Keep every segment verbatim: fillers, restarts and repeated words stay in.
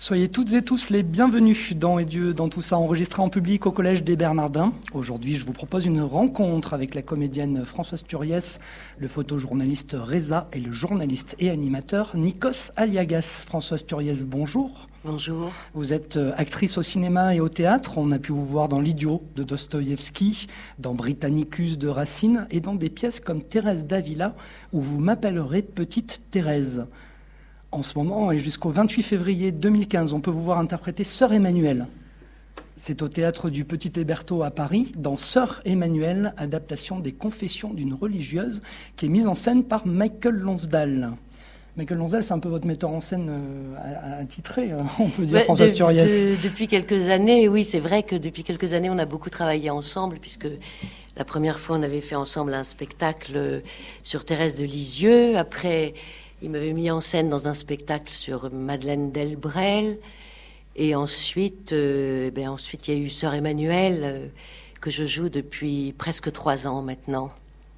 Soyez toutes et tous les bienvenus dans Et Dieu dans tout ça, enregistré en public au Collège des Bernardins. Aujourd'hui, je vous propose une rencontre avec la comédienne Françoise Turiès, le photojournaliste Reza et le journaliste et animateur Nikos Aliagas. Françoise Turiès, bonjour. Bonjour. Vous êtes actrice au cinéma et au théâtre. On a pu vous voir dans L'Idiot de Dostoïevski, dans Britannicus de Racine et dans des pièces comme Thérèse d'Avila, où vous m'appellerez Petite Thérèse. En ce moment, et jusqu'au vingt-huit février deux mille quinze, on peut vous voir interpréter Sœur Emmanuelle. C'est au théâtre du Petit Hébertot à Paris, dans Sœur Emmanuelle, adaptation des Confessions d'une religieuse, qui est mise en scène par Michael Lonsdale. Michael Lonsdale, c'est un peu votre metteur en scène attitré, on peut dire, bah, Françoise Turiès. De, depuis quelques années, oui, c'est vrai que depuis quelques années, on a beaucoup travaillé ensemble, puisque la première fois, on avait fait ensemble un spectacle sur Thérèse de Lisieux. Après, il m'avait mis en scène dans un spectacle sur Madeleine Delbrel. Et ensuite, euh, ben ensuite, il y a eu Sœur Emmanuelle, euh, que je joue depuis presque trois ans maintenant.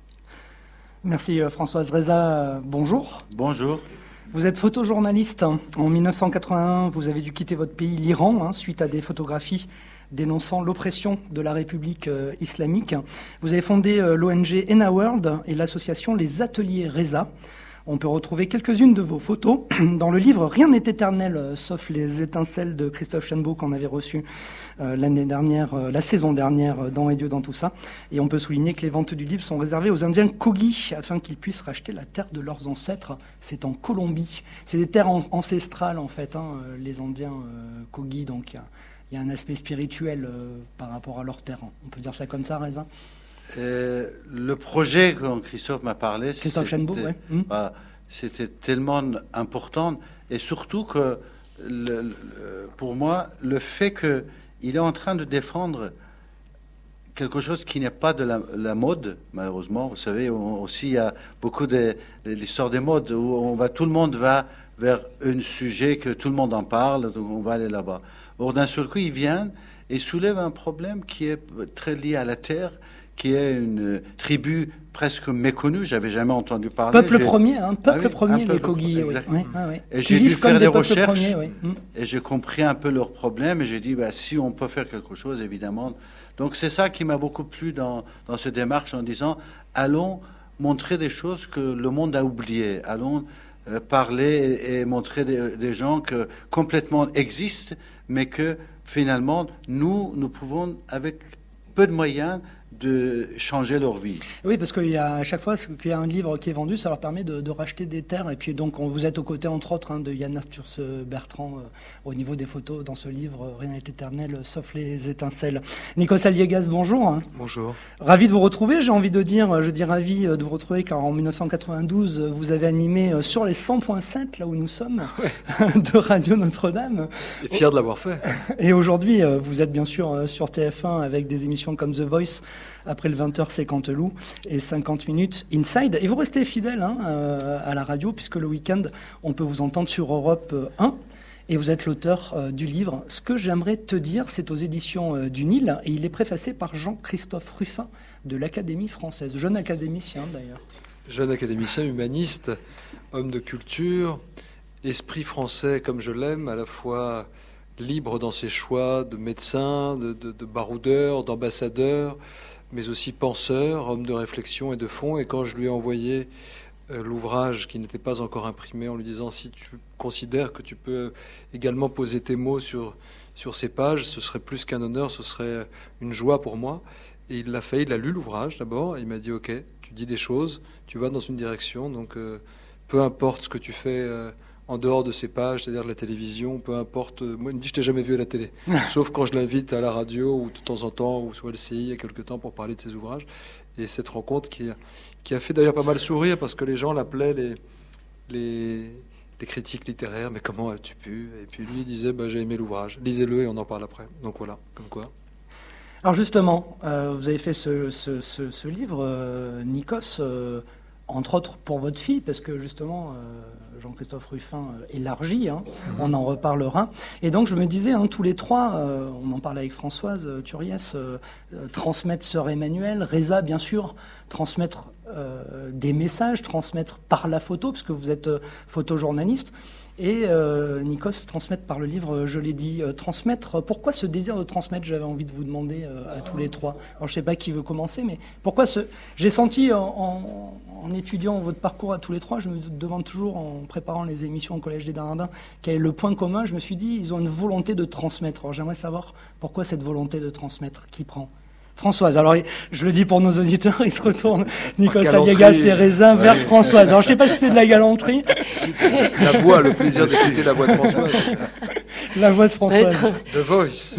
Merci Françoise. Reza, bonjour. Bonjour. Vous êtes photojournaliste. En mille neuf cent quatre-vingt-un, vous avez dû quitter votre pays, l'Iran, hein, suite à des photographies dénonçant l'oppression de la République euh, islamique. Vous avez fondé euh, l'O N G Enna World et l'association Les Ateliers Reza. On peut retrouver quelques-unes de vos photos dans le livre « Rien n'est éternel, euh, sauf les étincelles » de Christophe Chenbault qu'on avait reçu euh, l'année dernière, euh, la saison dernière euh, dans Et Dieu dans tout ça. Et on peut souligner que les ventes du livre sont réservées aux Indiens Kogi afin qu'ils puissent racheter la terre de leurs ancêtres. C'est en Colombie. C'est des terres an- ancestrales en fait, hein, les Indiens euh, Kogi. Donc il y, y a un aspect spirituel euh, par rapport à leur terre. On peut dire ça comme ça, Reza ? Euh, le projet dont Christophe m'a parlé, Christophe c'était, Chenbault, ouais. mmh. bah, c'était tellement important, et surtout que le, le, pour moi, le fait qu'il est en train de défendre quelque chose qui n'est pas de la, la mode, malheureusement. Vous savez, on, aussi il y a beaucoup de, de l'histoire des modes où on va, tout le monde va vers un sujet que tout le monde en parle, donc on va aller là-bas. Or, d'un seul coup, il vient et soulève un problème qui est très lié à la terre, qui est une tribu presque méconnue, j'avais jamais entendu parler. Peuple j'ai... premier, hein, peuple ah oui, premier, les Kogi. Oui. Oui, oui. Et j'ai dû faire des recherches, premiers, oui. mm. et j'ai compris un peu leurs problèmes, et j'ai dit, bah, si on peut faire quelque chose, évidemment. Donc c'est ça qui m'a beaucoup plu dans, dans cette démarche, en disant, allons montrer des choses que le monde a oubliées, allons euh, parler et, et montrer des, des gens que complètement existent, mais que finalement, nous, nous pouvons, avec peu de moyens, de changer leur vie. Oui, parce qu'il y a à chaque fois qu'il y a un livre qui est vendu, ça leur permet de, de racheter des terres. Et puis donc, on, vous êtes aux côtés, entre autres, hein, de Yann Arthur Bertrand euh, au niveau des photos dans ce livre euh, « Rien n'est éternel, sauf les étincelles ». Nikos Aliagas, bonjour. Bonjour. Ravi de vous retrouver, j'ai envie de dire, je dis ravi de vous retrouver, car en mille neuf cent quatre-vingt-douze, vous avez animé sur les cent virgule sept, là où nous sommes, ouais. de Radio Notre-Dame. Et fier de l'avoir fait. Et aujourd'hui, vous êtes bien sûr sur T F un avec des émissions comme The Voice, après le vingt heures, c'est Canteloup, et cinquante minutes Inside. Et vous restez fidèle hein, euh, à la radio, puisque le week-end, on peut vous entendre sur Europe un. Et vous êtes l'auteur euh, du livre. Ce que j'aimerais te dire, c'est aux éditions euh, du Nil, et il est préfacé par Jean-Christophe Ruffin, de l'Académie française. Jeune académicien, d'ailleurs. Jeune académicien, humaniste, homme de culture, esprit français comme je l'aime, à la fois libre dans ses choix de médecin, de, de, de baroudeur, d'ambassadeur, mais aussi penseur, homme de réflexion et de fond. Et quand je lui ai envoyé euh, l'ouvrage qui n'était pas encore imprimé en lui disant si tu considères que tu peux également poser tes mots sur, sur ces pages, ce serait plus qu'un honneur, ce serait une joie pour moi. Et il l'a fait, il a lu l'ouvrage d'abord, et il m'a dit ok, tu dis des choses, tu vas dans une direction, donc euh, peu importe ce que tu fais euh, en dehors de ces pages, c'est-à-dire de la télévision, peu importe. Moi, il me dit, je t'ai jamais vu à la télé, sauf quand je l'invite à la radio ou de temps en temps, ou soit L C I il y a quelque temps pour parler de ses ouvrages. Et cette rencontre qui a, qui a fait d'ailleurs pas mal sourire parce que les gens l'appelaient les, les, les critiques littéraires. Mais comment as-tu pu ? Et puis lui il disait, bah, j'ai aimé l'ouvrage, lisez-le et on en parle après. Donc voilà, comme quoi. Alors justement, euh, vous avez fait ce, ce, ce, ce livre, euh, Nikos, euh, entre autres pour votre fille, parce que justement, euh, Jean-Christophe Ruffin euh, élargit, hein, mmh. on en reparlera. Et donc je me disais, hein, tous les trois, euh, on en parle avec Françoise euh, Turiès, euh, euh, transmettre Sœur Emmanuelle, Reza bien sûr, transmettre euh, des messages, transmettre par la photo, parce que vous êtes euh, photojournaliste. et euh, Nikos, transmettre par le livre, je l'ai dit, euh, transmettre. Pourquoi ce désir de transmettre? J'avais envie de vous demander euh, à tous les trois. Alors, je ne sais pas qui veut commencer, mais pourquoi ce... J'ai senti en, en, en étudiant votre parcours à tous les trois, je me demande toujours en préparant les émissions au Collège des Bernardins, quel est le point commun. Je me suis dit, ils ont une volonté de transmettre. Alors j'aimerais savoir pourquoi cette volonté de transmettre, qui prend? Françoise. Alors, je le dis pour nos auditeurs, ils se retournent, Nikos Aliagas et Reza, vers Françoise. Alors, je ne sais pas si c'est de la galanterie. La voix, le plaisir d'écouter la voix de Françoise. La voix de Françoise. The Voice.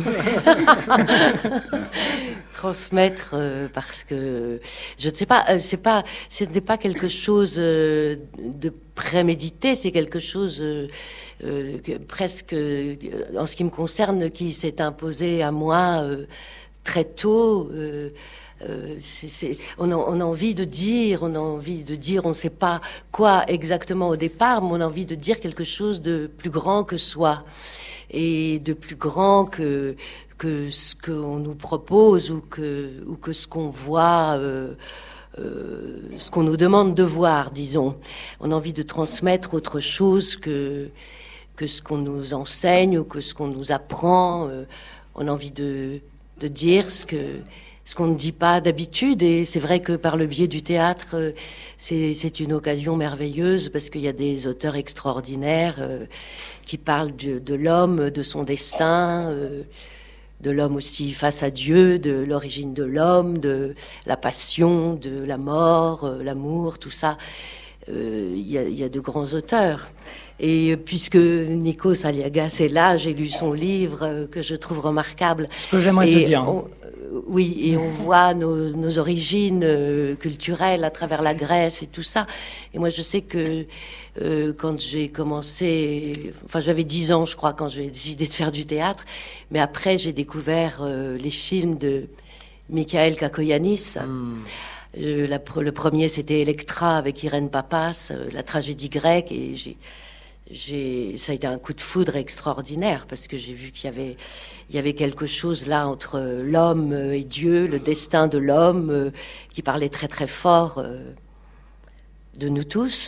Transmettre euh, parce que je ne sais pas, euh, c'est pas, ce n'est pas quelque chose euh, de prémédité, c'est quelque chose euh, euh, que, presque, euh, en ce qui me concerne, qui s'est imposé à moi. Euh, très tôt, euh, euh, c'est, c'est, on, a, on a envie de dire, on a envie de dire, on ne sait pas quoi exactement au départ, mais on a envie de dire quelque chose de plus grand que soi et de plus grand que que ce qu'on nous propose ou que ou que ce qu'on voit. Euh, euh, ce qu'on nous demande de voir, disons. On a envie de transmettre autre chose que que ce qu'on nous enseigne ou que ce qu'on nous apprend. Euh, on a envie de de dire ce que ce qu'on ne dit pas d'habitude, et c'est vrai que par le biais du théâtre, c'est c'est une occasion merveilleuse parce qu'il y a des auteurs extraordinaires euh, qui parlent de, de l'homme, de son destin, euh, de l'homme aussi face à Dieu, de l'origine de l'homme, de la passion, de la mort, euh, l'amour, tout ça. Euh, il y a, il y a de grands auteurs. Et puisque Nikos Aliagas est là, j'ai lu son livre euh, que je trouve remarquable. Ce que j'aimerais et te dire. On, euh, oui, et on voit nos, nos origines euh, culturelles à travers la Grèce et tout ça. Et moi, je sais que euh, quand j'ai commencé, enfin, j'avais dix ans, je crois, quand j'ai décidé de faire du théâtre. Mais après, j'ai découvert euh, les films de Michael Kakoyannis. Mm. Euh, la, le premier, c'était Electra avec Irène Papas, euh, la tragédie grecque, et j'ai J'ai, ça a été un coup de foudre extraordinaire parce que j'ai vu qu'il y avait, il y avait quelque chose là entre l'homme et Dieu, le destin de l'homme euh, qui parlait très très fort euh, de nous tous.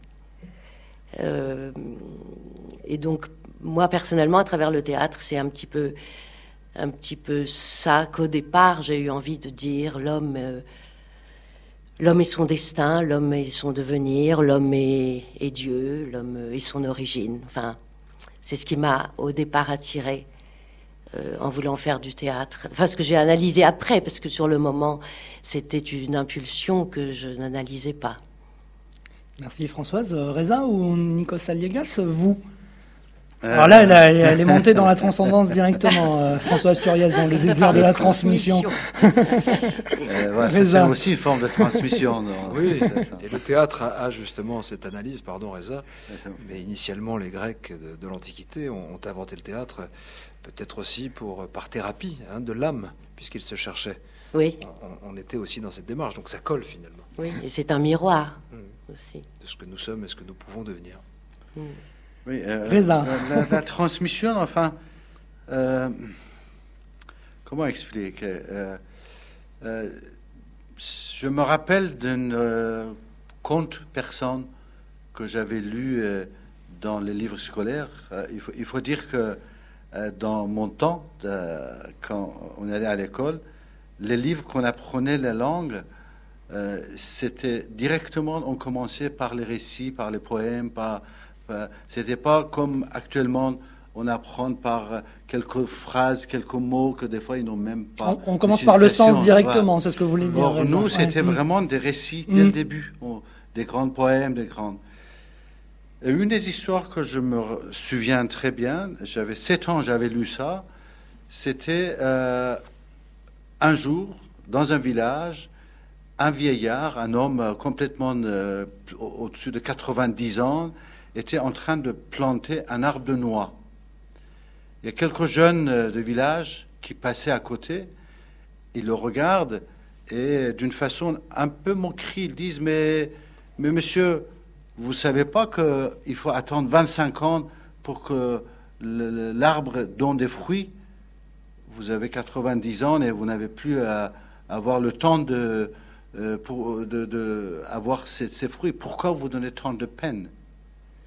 Euh, et donc moi personnellement, à travers le théâtre, c'est un petit peu, un petit peu ça qu'au départ j'ai eu envie de dire. L'homme. Euh, L'homme et son destin, l'homme et son devenir, l'homme et, et Dieu, l'homme et son origine. Enfin, c'est ce qui m'a au départ attiré euh, en voulant faire du théâtre. Enfin, ce que j'ai analysé après, parce que sur le moment, c'était une impulsion que je n'analysais pas. Merci Françoise. Reza ou Nikos Aliagas, vous? Alors là, elle, a, elle est montée dans la transcendance directement, euh, Françoise Turiez, dans le désir de la transmission. euh, ouais, ça, c'est aussi une forme de transmission. Non, oui, et le théâtre a, a justement cette analyse, pardon Reza, mais initialement les Grecs de, de l'Antiquité ont, ont inventé le théâtre, peut-être aussi pour, par thérapie hein, de l'âme, puisqu'ils se cherchaient. Oui. On, on était aussi dans cette démarche, donc ça colle finalement. Oui, et c'est un miroir mmh. aussi. De ce que nous sommes et ce que nous pouvons devenir. Mmh. Oui, euh, la, la, la transmission, enfin, euh, comment expliquer euh, euh, je me rappelle d'un euh, conte persan que j'avais lu euh, dans les livres scolaires. Euh, il, faut, il faut dire que euh, dans mon temps, euh, quand on allait à l'école, les livres qu'on apprenait la langue, euh, c'était directement, on commençait par les récits, par les poèmes, par c'était pas comme actuellement on apprend par quelques phrases, quelques mots que des fois ils n'ont même pas. On, on commence par le sens directement, voilà. C'est ce que vous voulez dire. Or, nous, c'était ouais. vraiment des récits dès mmh. le début, des grands poèmes, des grandes. Et une des histoires que je me souviens très bien, j'avais sept ans, j'avais lu ça. C'était euh, un jour dans un village, un vieillard, un homme complètement euh, au-dessus de quatre-vingt-dix ans, était en train de planter un arbre de noix. Il y a quelques jeunes de village qui passaient à côté, ils le regardent et d'une façon un peu moquerie, ils disent mais, mais monsieur, vous ne savez pas qu'il faut attendre vingt-cinq ans pour que le, l'arbre donne des fruits? Vous avez quatre-vingt-dix ans et vous n'avez plus à avoir le temps de, pour, de, de avoir ces, ces fruits. Pourquoi vous donnez tant de peine?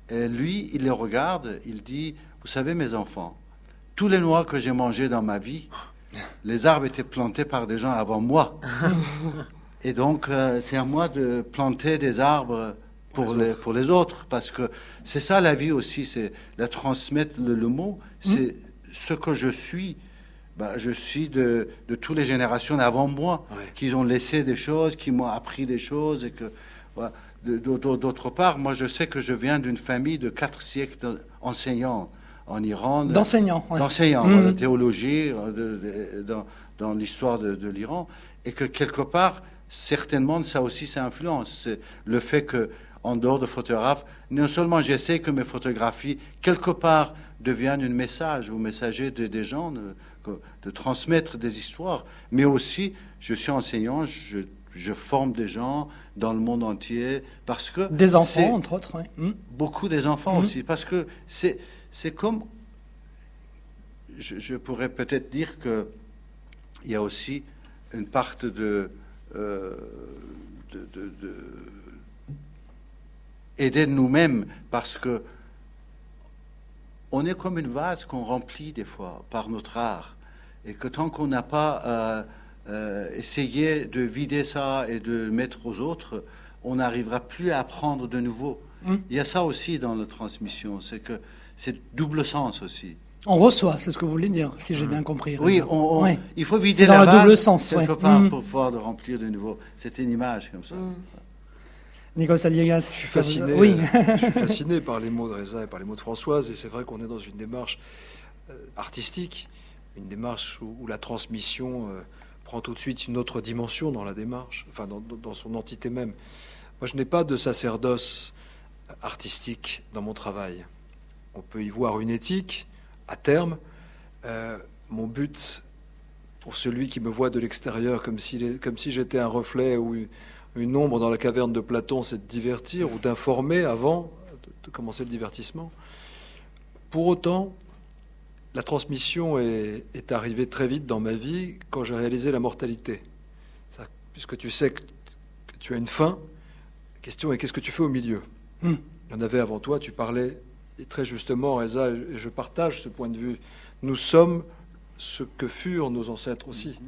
Et lui, il les regarde, il dit, vous savez mes enfants, tous les noix que j'ai mangées dans ma vie, les arbres étaient plantés par des gens avant moi. Et donc, euh, c'est à moi de planter des arbres pour les, les, pour les autres, parce que c'est ça la vie aussi, c'est la transmettre le, le mot, c'est mmh. ce que je suis. Bah, je suis de, de toutes les générations d'avant moi, ouais. qui ont laissé des choses, qui m'ont appris des choses, et que voilà. D'autre part, moi je sais que je viens d'une famille de quatre siècles d'enseignants en Iran. D'enseignants, ouais. D'enseignants, mmh. de théologie, de, de, dans, dans l'histoire de, de l'Iran, et que quelque part, certainement, ça aussi, ça influence. C'est le fait que, en dehors de photographe, non seulement j'essaie que mes photographies, quelque part, deviennent un message ou messager de, des gens, de, de transmettre des histoires, mais aussi, je suis enseignant, je, je forme des gens dans le monde entier, parce que... Des enfants, entre autres, oui. Mmh. Beaucoup des enfants mmh. aussi, parce que c'est, c'est comme... Je, je pourrais peut-être dire qu'il y a aussi une part de... Euh, de, de, de aider nous-mêmes, parce que on est comme une vase qu'on remplit des fois par notre art, et que tant qu'on n'a pas euh, euh, essayé de vider ça et de le mettre aux autres, on n'arrivera plus à apprendre de nouveau. Mmh. Il y a ça aussi dans la transmission, c'est que c'est double sens aussi. On reçoit, c'est ce que vous voulez dire, si j'ai mmh. bien compris. Oui, on, on, ouais. il faut vider c'est la dans vase le double sens, quelque ouais. part mmh. pour pouvoir de remplir de nouveau. C'est une image comme ça. Mmh. Nikos Aliagas, je suis fasciné. Vous... Oui. je suis fasciné par les mots de Reza et par les mots de Françoise, et c'est vrai qu'on est dans une démarche euh, artistique, une démarche où, où la transmission euh, prend tout de suite une autre dimension dans la démarche, enfin dans, dans son entité même. Moi, je n'ai pas de sacerdoce artistique dans mon travail. On peut y voir une éthique à terme. Euh, mon but, pour celui qui me voit de l'extérieur, comme si, comme si j'étais un reflet ou une, une ombre dans la caverne de Platon, c'est de divertir ou d'informer avant de, de commencer le divertissement. Pour autant, la transmission est, est arrivée très vite dans ma vie quand j'ai réalisé la mortalité. Ça, puisque tu sais que, que tu as une fin, la question est qu'est-ce que tu fais au milieu ? mmh. Il y en avait avant toi, tu parlais, et très justement, Reza, et je partage ce point de vue, nous sommes ce que furent nos ancêtres aussi. Mmh.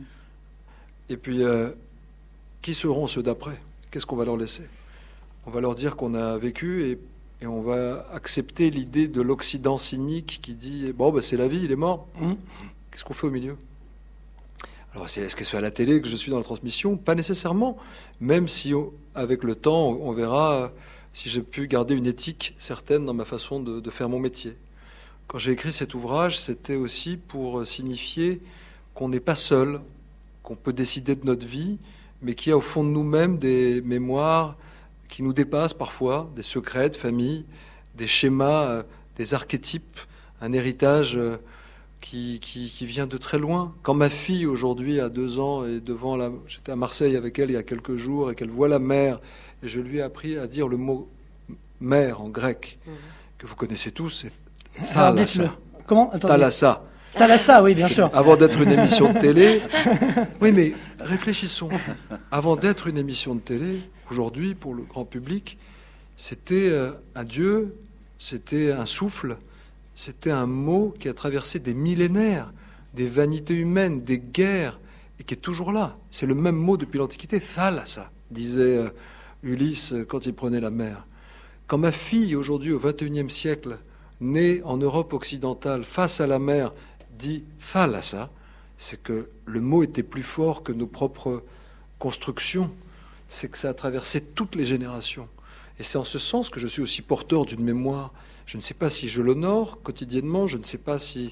Et puis, euh, qui seront ceux d'après ? Qu'est-ce qu'on va leur laisser ? On va leur dire qu'on a vécu et, et on va accepter l'idée de l'Occident cynique qui dit « bon, ben, c'est la vie, il est mort. Mmh. » Qu'est-ce qu'on fait au milieu ? Alors, c'est, est-ce que c'est à la télé que je suis dans la transmission ? Pas nécessairement, même si, on, avec le temps, on verra si j'ai pu garder une éthique certaine dans ma façon de, de faire mon métier. Quand j'ai écrit cet ouvrage, c'était aussi pour signifier qu'on n'est pas seul, qu'on peut décider de notre vie, mais qu'il y a au fond de nous-mêmes des mémoires qui nous dépassent parfois, des secrets de famille, des schémas, des archétypes, un héritage qui, qui, qui vient de très loin. Quand ma fille, aujourd'hui, a deux ans, et devant la... j'étais à Marseille avec elle il y a quelques jours, et qu'elle voit la mer, et je lui ai appris à dire le mot « mer » en grec, mmh. que vous connaissez tous, c'est « thalassa ». Comment ? Thalassa. Thalassa, oui, bien c'est, sûr. Avant d'être une émission de télé... Oui, mais réfléchissons. Avant d'être une émission de télé, aujourd'hui, pour le grand public, c'était un dieu, c'était un souffle, c'était un mot qui a traversé des millénaires, des vanités humaines, des guerres, et qui est toujours là. C'est le même mot depuis l'Antiquité, thalassa, disait Ulysse quand il prenait la mer. Quand ma fille, aujourd'hui, au vingt et unième siècle, née en Europe occidentale, face à la mer, dit thalassa, c'est que le mot était plus fort que nos propres constructions, c'est que ça a traversé toutes les générations. Et c'est en ce sens que je suis aussi porteur d'une mémoire. Je ne sais pas si je l'honore quotidiennement, je ne sais pas si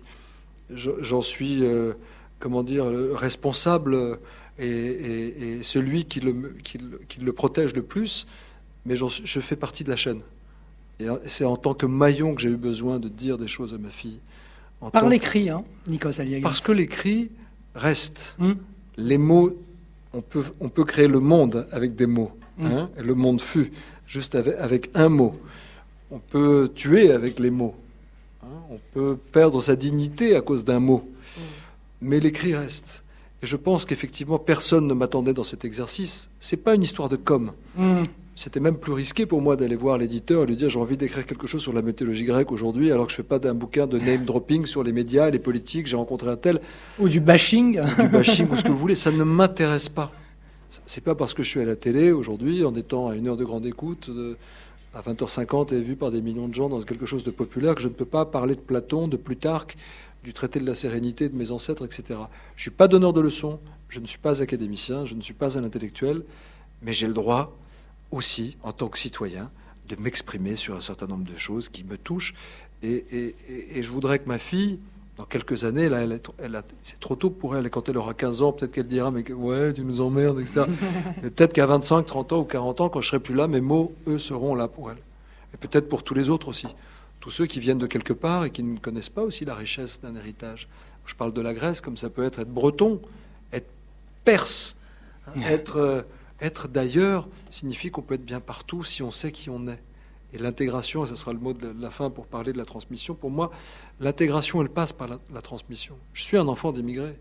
j'en suis, euh, comment dire, responsable et, et, et celui qui le, qui, le, qui le protège le plus, mais je fais partie de la chaîne. Et c'est en tant que maillon que j'ai eu besoin de dire des choses à ma fille. En Par tant... l'écrit, hein, Nikos Aliagas. Parce que l'écrit reste. Mmh. Les mots, on peut, on peut créer le monde avec des mots. Mmh. Hein, et le monde fut, juste avec, avec un mot. On peut tuer avec les mots. Hein, on peut perdre sa dignité à cause d'un mot. Mmh. Mais l'écrit reste. Et je pense qu'effectivement, personne ne m'attendait dans cet exercice. C'est pas une histoire de com'. Mmh. c'était même plus risqué pour moi d'aller voir l'éditeur et lui dire j'ai envie d'écrire quelque chose sur la mythologie grecque aujourd'hui, alors que je fais pas d'un bouquin de name dropping sur les médias, les politiques, j'ai rencontré un tel. Ou du bashing. Ou du bashing, ou ce que vous voulez. Ça ne m'intéresse pas. C'est pas parce que je suis à la télé aujourd'hui, en étant à une heure de grande écoute, de, à vingt heures cinquante et vu par des millions de gens dans quelque chose de populaire, que je ne peux pas parler de Platon, de Plutarque, du traité de la sérénité de mes ancêtres, et cetera. Je suis pas donneur de leçons, je ne suis pas académicien, je ne suis pas un intellectuel, mais j'ai le droit aussi, en tant que citoyen, de m'exprimer sur un certain nombre de choses qui me touchent. Et, et, et, et je voudrais que ma fille, dans quelques années, là, elle est, elle a, c'est trop tôt pour elle, et quand elle aura quinze ans, peut-être qu'elle dira, mais que, ouais, tu nous emmerdes, et cetera. Mais peut-être qu'à vingt-cinq, trente ans ou quarante ans, quand je serai plus là, mes mots, eux, seront là pour elle. Et peut-être pour tous les autres aussi. Tous ceux qui viennent de quelque part et qui ne connaissent pas aussi la richesse d'un héritage. Je parle de la Grèce, comme ça peut être être breton, être perse, être... Euh, Être d'ailleurs signifie qu'on peut être bien partout si on sait qui on est. Et l'intégration, et ce sera le mot de la fin pour parler de la transmission, pour moi, l'intégration, elle passe par la, la transmission. Je suis un enfant d'immigrés.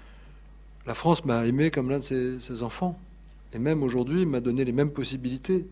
La France m'a aimé comme l'un de ses, ses enfants. Et même aujourd'hui, m'a donné les mêmes possibilités.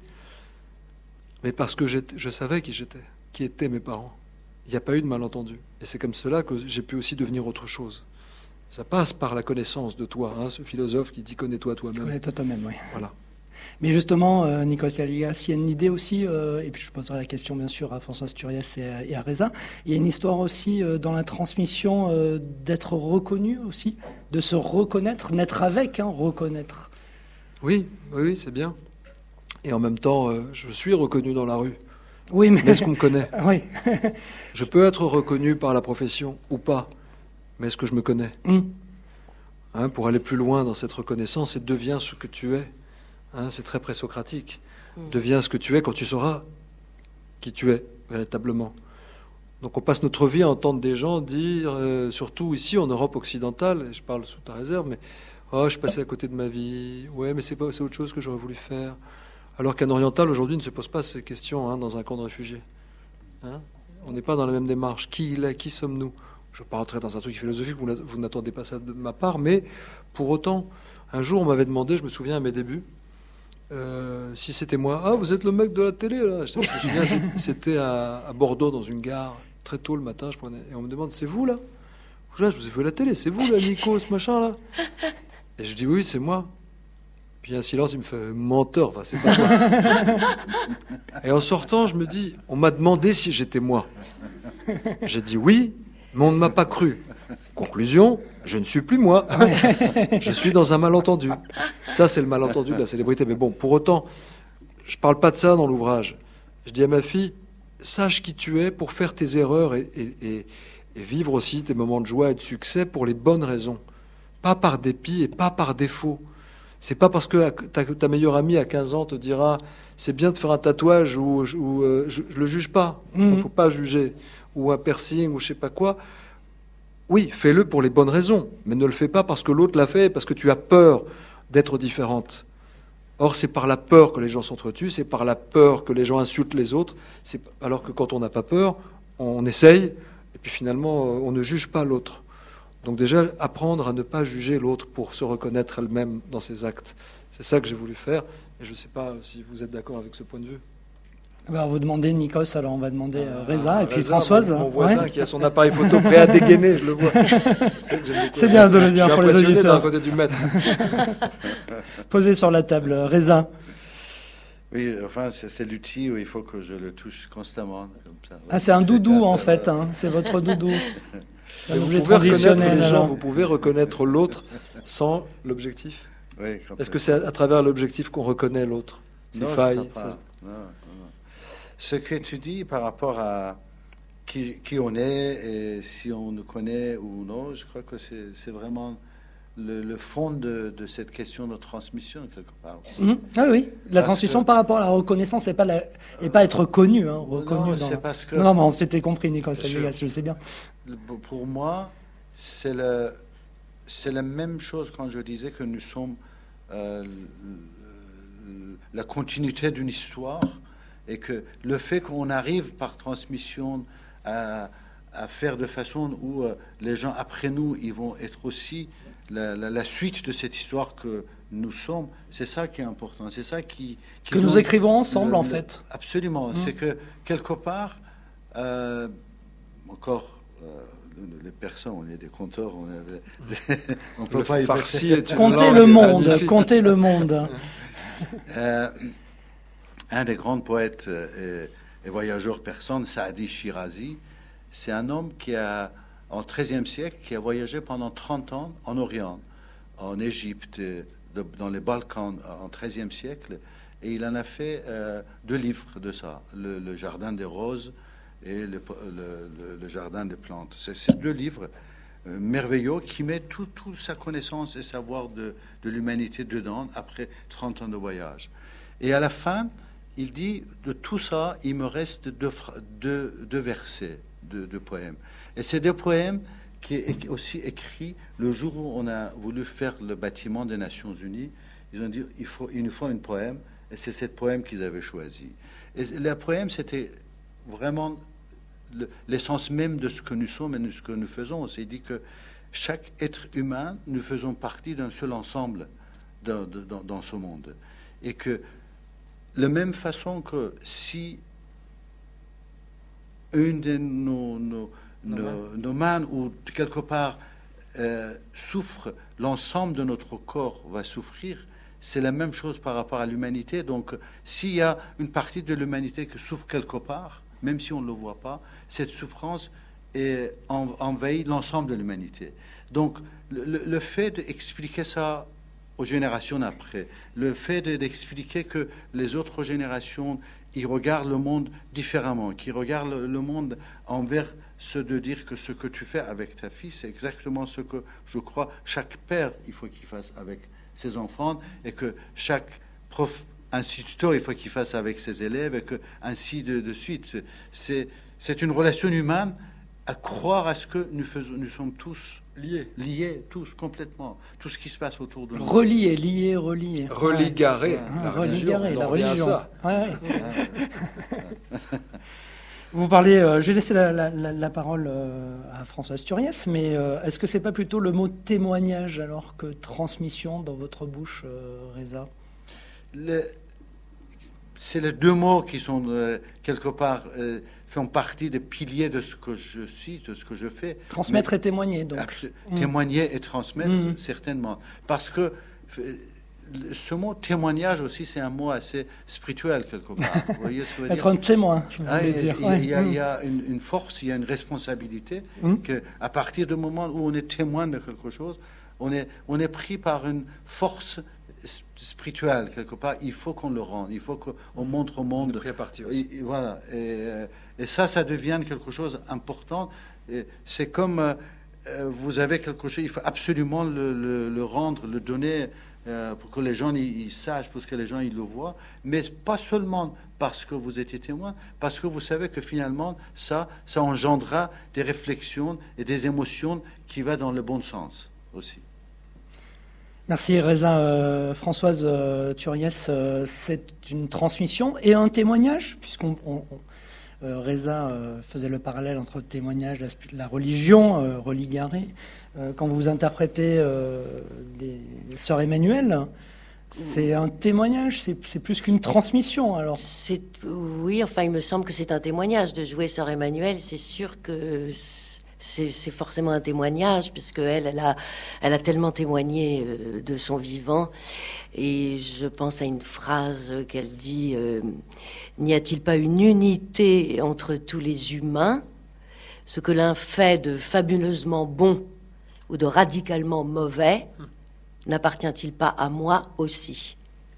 Mais parce que je savais qui j'étais, qui étaient mes parents. Il n'y a pas eu de malentendu. Et c'est comme cela que j'ai pu aussi devenir autre chose. Ça passe par la connaissance de toi, hein, ce philosophe qui dit « connais-toi toi-même ». Connais-toi toi-même, oui. Voilà. Mais justement, euh, Nikos Kaligas, il y a une idée aussi, euh, et puis je poserai la question bien sûr à François Sturias et à, et à Reza, il y a une histoire aussi euh, dans la transmission euh, d'être reconnu aussi, de se reconnaître, naître avec, hein, reconnaître. Oui, oui, c'est bien. Et en même temps, euh, je suis reconnu dans la rue. Oui, mais... Est-ce qu'on me connaît? Oui. Je peux être reconnu par la profession ou pas. Mais est-ce que je me connais? mm. hein, Pour aller plus loin dans cette reconnaissance, et deviens ce que tu es. Hein, c'est très présocratique. Mm. Deviens ce que tu es quand tu sauras qui tu es, véritablement. Donc on passe notre vie à entendre des gens dire, euh, surtout ici en Europe occidentale, et je parle sous ta réserve, mais oh, je suis passé à côté de ma vie. Ouais, mais c'est pas, c'est autre chose que j'aurais voulu faire. Alors qu'un oriental aujourd'hui ne se pose pas ces questions hein, dans un camp de réfugiés. Hein, on n'est pas dans la même démarche. Qui il est? Qui sommes-nous? Je ne vais pas rentrer dans un truc philosophique, vous, vous n'attendez pas ça de ma part, mais pour autant, un jour, on m'avait demandé, je me souviens à mes débuts, euh, si c'était moi. Ah, vous êtes le mec de la télé, là. Je me souviens, c'était à, à Bordeaux, dans une gare, très tôt le matin, je prenais, et on me demande, c'est vous, là? Je vous ai vu à la télé, c'est vous, là, Nico, ce machin, là? Et je dis, oui, c'est moi. Puis un silence, il me fait, menteur, enfin, c'est pas moi. Et en sortant, je me dis, on m'a demandé si j'étais moi. J'ai dit oui, mais on ne m'a pas cru. Conclusion, je ne suis plus moi. Je suis dans un malentendu. Ça, c'est le malentendu de la célébrité. Mais bon, pour autant, je ne parle pas de ça dans l'ouvrage. Je dis à ma fille, sache qui tu es pour faire tes erreurs et, et, et, et vivre aussi tes moments de joie et de succès pour les bonnes raisons. Pas par dépit et pas par défaut. C'est pas parce que ta, ta meilleure amie à quinze ans te dira c'est bien de faire un tatouage ou, ou euh, je, je le juge pas. Il mmh. ne faut pas juger. Ou un piercing ou je sais pas quoi. Oui, fais-le pour les bonnes raisons, mais ne le fais pas parce que l'autre l'a fait, parce que tu as peur d'être différente. Or, c'est par la peur que les gens s'entretuent, c'est par la peur que les gens insultent les autres, c'est alors que quand on n'a pas peur, on essaye, et puis finalement, on ne juge pas l'autre. Donc déjà, apprendre à ne pas juger l'autre pour se reconnaître elle-même dans ses actes. C'est ça que j'ai voulu faire, et je ne sais pas si vous êtes d'accord avec ce point de vue. Alors vous demandez Nikos, alors on va demander euh, Reza ah, et puis Reza, Françoise. Mon, mon voisin ouais. qui a son appareil photo prêt à dégainer, je le vois. C'est bien de le dire pour les auditeurs. D'un côté du maître. Posé sur la table, Reza. Oui, enfin c'est, c'est l'outil où il faut que je le touche constamment. Comme ça. Ah, c'est un doudou en fait, hein. C'est votre doudou. Un vous pouvez reconnaître les gens, vous pouvez reconnaître l'autre sans l'objectif. Oui, est-ce que c'est à, à travers l'objectif qu'on reconnaît l'autre? Ses non, failles ça... non, non. Ce que tu dis par rapport à qui, qui on est et si on nous connaît ou non, je crois que c'est, c'est vraiment le, le fond de, de cette question de transmission, quelque part. Mmh. Ah oui, la parce transmission que... par rapport à la reconnaissance et pas, la, et pas être connu. Hein, reconnu non, dans... c'est parce que... non, mais on s'était compris, Nicolas, je, je le sais bien. Pour moi, c'est, le, c'est la même chose quand je disais que nous sommes euh, la continuité d'une histoire. Et que le fait qu'on arrive par transmission à, à faire de façon où euh, les gens après nous, ils vont être aussi la, la, la suite de cette histoire que nous sommes. C'est ça qui est important. C'est ça qui, qui que nous écrivons ensemble, le, en le, fait. Absolument. Mmh. C'est que quelque part, euh, encore. Euh, les personnes, on est des compteurs, on ne peut pas y passer. Comptez le monde, comptez le monde. Euh, un des grands poètes et, et voyageurs persans, Saadi Shirazi, c'est un homme qui a, en treizième siècle, qui a voyagé pendant trente ans en Orient, en Égypte, de, dans les Balkans, en treizième siècle, et il en a fait euh, deux livres de ça, le, le Jardin des Roses et le, le, le, le Jardin des Plantes. C'est ces deux livres euh, merveilleux qui mettent toute tout sa connaissance et savoir de, de l'humanité dedans après trente ans de voyage. Et à la fin, il dit, de tout ça, il me reste deux, deux, deux versets de, de poèmes. Et ces deux poèmes qui est aussi écrits le jour où on a voulu faire le bâtiment des Nations Unies. Ils ont dit, il, faut, il nous faut un poème, et c'est ce poème qu'ils avaient choisi. Et le poème, c'était vraiment l'essence même de ce que nous sommes et de ce que nous faisons. C'est dit que chaque être humain, nous faisons partie d'un seul ensemble dans, dans, dans ce monde. Et que, de la même façon que si une de nos, nos, nos, nos, nos mains, ou quelque part, euh, souffre, l'ensemble de notre corps va souffrir, c'est la même chose par rapport à l'humanité. Donc, s'il y a une partie de l'humanité qui souffre quelque part, même si on ne le voit pas, cette souffrance est, en, envahit l'ensemble de l'humanité. Donc, le, le fait d'expliquer ça aux générations après, le fait de, d'expliquer que les autres générations, ils regardent le monde différemment, qu'ils regardent le, le monde envers ce de dire que ce que tu fais avec ta fille, c'est exactement ce que je crois chaque père, il faut qu'il fasse avec ses enfants, et que chaque prof instituteur, il faut qu'il fasse avec ses élèves, et que ainsi de, de suite. C'est, c'est une relation humaine à croire à ce que nous faisons, nous sommes tous liés, liés, tous complètement, tout ce qui se passe autour de nous. Reliés, liés, reliés. Religarés, ouais. la religaré, religion, la religion. Ça. Ouais, ouais. Vous parlez, euh, je vais laisser la, la, la, la parole euh, à Françoise Turiès, mais euh, est-ce que c'est pas plutôt le mot témoignage alors que transmission dans votre bouche, euh, Reza? le, C'est les deux mots qui sont euh, quelque part euh, font partie des piliers de ce que je suis, de ce que je fais. Transmettre mais, et témoigner, donc. Mmh. Témoigner et transmettre, mmh. certainement. Parce que ce mot témoignage aussi, c'est un mot assez spirituel quelque part. Vous voyez ce que je veux dire? Être un témoin, je ah, veux il, dire. Il, ouais. il, y a, mmh. il y a une, une force, il y a une responsabilité mmh. qu'à partir du moment où on est témoin de quelque chose, on est, on est pris par une force spirituelle quelque part. Il faut qu'on le rende, il faut qu'on montre au monde. Pris à partir aussi. Et, voilà. Et, et ça, ça devient quelque chose d'important. C'est comme euh, vous avez quelque chose, il faut absolument le, le, le rendre, le donner. Euh, pour que les gens ils, ils sachent, pour que les gens ils le voient, mais pas seulement parce que vous étiez témoin, parce que vous savez que finalement ça, ça engendra des réflexions et des émotions qui vont dans le bon sens aussi. Merci Reza. Euh, Françoise euh, Turiès, euh, c'est une transmission et un témoignage, puisqu'on on, on, euh, Reza euh, faisait le parallèle entre le témoignage et la, la religion, euh, religaré. Euh, quand vous interprétez euh, des sœurs Emmanuel, c'est un témoignage, c'est, c'est plus qu'une transmission alors. C'est, oui, enfin il me semble que c'est un témoignage de jouer sœur Emmanuel. C'est sûr que c'est, c'est forcément un témoignage puisque elle, elle a, elle a tellement témoigné euh, de son vivant. Et je pense à une phrase qu'elle dit euh, n'y a-t-il pas une unité entre tous les humains? Ce que l'un fait de fabuleusement bon ou de radicalement mauvais, n'appartient-il pas à moi aussi?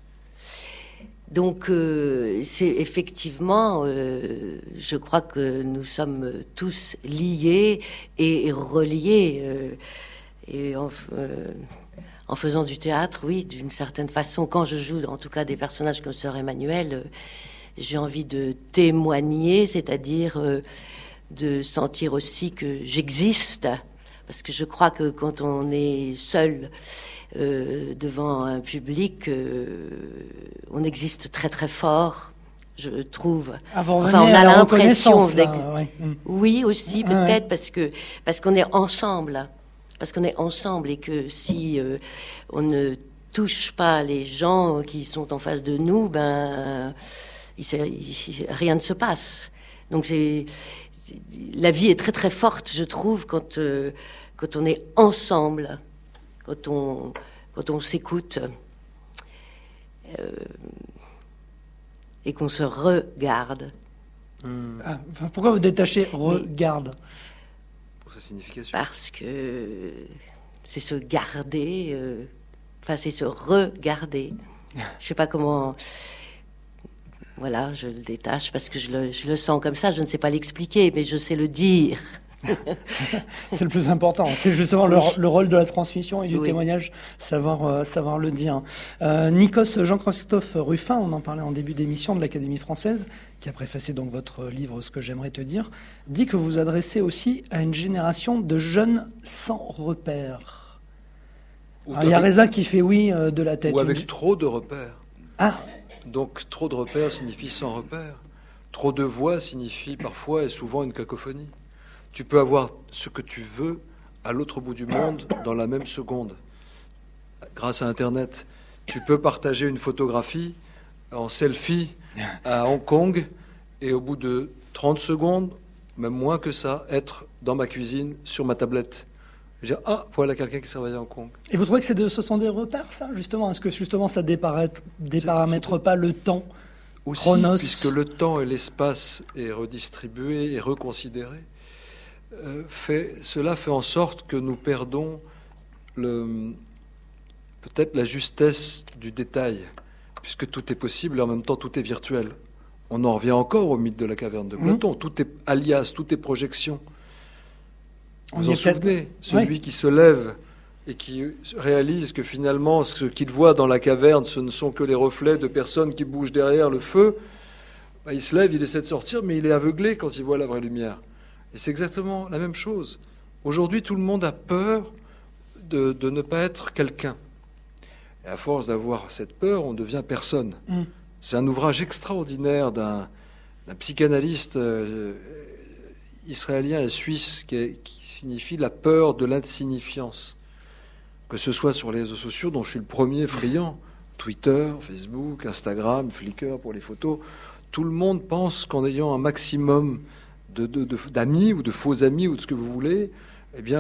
Donc, euh, c'est effectivement, euh, je crois que nous sommes tous liés et, et reliés. Euh, et en, euh, en faisant du théâtre, oui, d'une certaine façon, quand je joue, en tout cas, des personnages comme Sœur Emmanuel, euh, j'ai envie de témoigner, c'est-à-dire euh, de sentir aussi que j'existe. Parce que je crois que quand on est seul euh, devant un public, euh, on existe très très fort, je trouve. Avant enfin, on a l'impression d'ex... ouais. Oui, aussi peut-être ouais. parce que parce qu'on est ensemble, parce qu'on est ensemble et que si euh, on ne touche pas les gens qui sont en face de nous, ben, il, il, rien ne se passe. Donc c'est, c'est, la vie est très très forte, je trouve, quand euh, quand on est ensemble, quand on quand on s'écoute euh, et qu'on se regarde. Mmh. Ah, pourquoi vous détachez regarde? Pour sa signification. Parce que c'est se garder, euh, enfin c'est se regarder. Je sais pas comment. Voilà, je le détache parce que je le, je le sens comme ça. Je ne sais pas l'expliquer, mais je sais le dire. C'est le plus important. C'est justement le, le rôle de la transmission et du oui. témoignage, savoir, euh, savoir le dire. Euh, Nikos Jean-Christophe Ruffin, on en parlait en début d'émission de l'Académie française, qui a préfacé donc votre livre « Ce que j'aimerais te dire », dit que vous vous adressez aussi à une génération de jeunes sans repères. Alors, il y a Reza qui fait oui euh, de la tête. Ou avec une... trop de repères. Ah. Donc trop de repères signifie sans repères. Trop de voix signifie parfois et souvent une cacophonie. Tu peux avoir ce que tu veux à l'autre bout du monde dans la même seconde. Grâce à Internet, tu peux partager une photographie en selfie à Hong Kong et au bout de trente secondes, même moins que ça, être dans ma cuisine sur ma tablette. Je dis, ah, voilà quelqu'un qui travaille à Hong Kong. Et vous trouvez que c'est de, ce sont des repères, ça, justement? Est-ce que justement ça déparamètre, déparamètre c'est, c'est... pas le temps aussi, chronos, puisque le temps et l'espace est redistribué et reconsidéré. Euh, fait, cela fait en sorte que nous perdons le, peut-être la justesse du détail, puisque tout est possible et en même temps tout est virtuel. On en revient encore au mythe de la caverne de Platon. Mmh. Tout est alias, tout est projection. Vous vous en souvenez, celui oui. qui se lève et qui réalise que finalement ce qu'il voit dans la caverne, ce ne sont que les reflets de personnes qui bougent derrière le feu, bah, il se lève, il essaie de sortir, mais il est aveuglé quand il voit la vraie lumière. Et c'est exactement la même chose. Aujourd'hui, tout le monde a peur de, de ne pas être quelqu'un. Et à force d'avoir cette peur, on devient personne. Mm. C'est un ouvrage extraordinaire d'un, d'un psychanalyste euh, israélien et suisse qui, est, qui signifie la peur de l'insignifiance. Que ce soit sur les réseaux sociaux, dont je suis le premier friand, Twitter, Facebook, Instagram, Flickr pour les photos, tout le monde pense qu'en ayant un maximum De, de, de, d'amis ou de faux amis ou de ce que vous voulez, eh bien,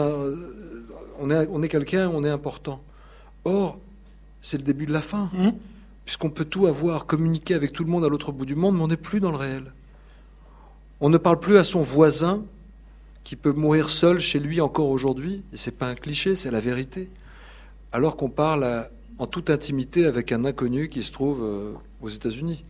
on est, on est quelqu'un, on est important. Or, c'est le début de la fin, mmh. puisqu'on peut tout avoir, communiquer avec tout le monde à l'autre bout du monde, mais on n'est plus dans le réel. On ne parle plus à son voisin qui peut mourir seul chez lui encore aujourd'hui, et c'est pas un cliché, c'est la vérité, alors qu'on parle à, en toute intimité avec un inconnu qui se trouve euh, aux États-Unis.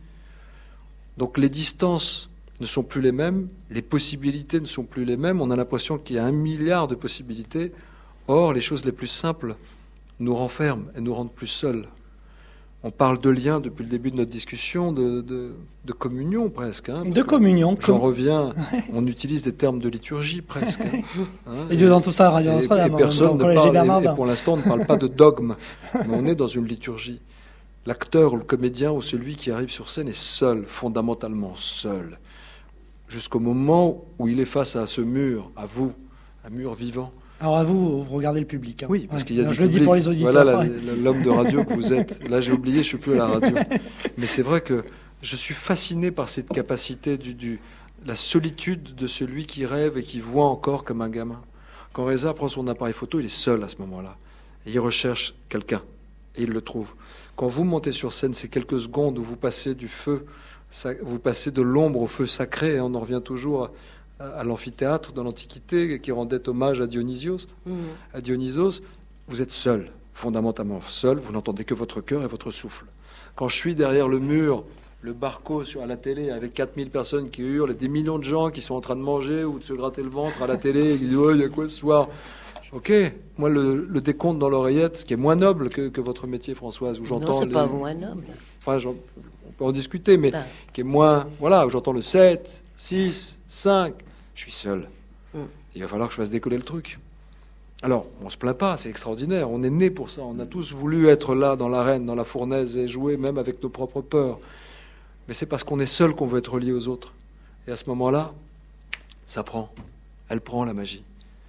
Donc les distances ne sont plus les mêmes, les possibilités ne sont plus les mêmes, on a l'impression qu'il y a un milliard de possibilités, or les choses les plus simples nous renferment et nous rendent plus seuls. On parle de lien depuis le début de notre discussion, de, de, de communion presque. Hein, de communion. J'en com... reviens, on utilise des termes de liturgie presque. Hein, et Dieu dans tout ça, Radio Notre-Dame. Et, et personne ne parle, et, et pour l'instant on ne parle pas de dogme, mais on est dans une liturgie. L'acteur ou le comédien ou celui qui arrive sur scène est seul, fondamentalement seul. Jusqu'au moment où il est face à ce mur, à vous, un mur vivant. Alors à vous, vous regardez le public. Hein. Oui, parce ouais. qu'il y a Alors, du je public. le dis pour les auditeurs. Voilà la, l'homme de radio que vous êtes. Là, j'ai oublié, je suis plus à la radio. Mais c'est vrai que je suis fasciné par cette capacité, du, du, la solitude de celui qui rêve et qui voit encore comme un gamin. Quand Reza prend son appareil photo, il est seul à ce moment-là. Et il recherche quelqu'un. Et il le trouve. Quand vous montez sur scène, c'est quelques secondes où vous passez du feu, vous passez de l'ombre au feu sacré, et on en revient toujours à, à l'amphithéâtre de l'Antiquité qui rendait hommage à Dionysios. Mmh. À Dionysos, vous êtes seul, fondamentalement seul, vous n'entendez que votre cœur et votre souffle. Quand je suis derrière le mur, le barco sur, à la télé, avec quatre mille personnes qui hurlent, et des millions de gens qui sont en train de manger ou de se gratter le ventre à la télé, et qui disent « Oh, il y a quoi ce soir ?» Ok, moi le, le décompte dans l'oreillette, qui est moins noble que, que votre métier, Françoise, où j'entends... Non, c'est les... pas moins noble. Enfin, j'en... on peut en discuter, mais ah. qui est moins... Voilà, où j'entends le sept, six, cinq, je suis seul. Mm. Il va falloir que je fasse décoller le truc. Alors, on se plaint pas, c'est extraordinaire, on est né pour ça, on a tous voulu être là, dans l'arène, dans la fournaise, et jouer même avec nos propres peurs. Mais c'est parce qu'on est seul qu'on veut être relié aux autres. Et à ce moment-là, ça prend. Elle prend, la magie.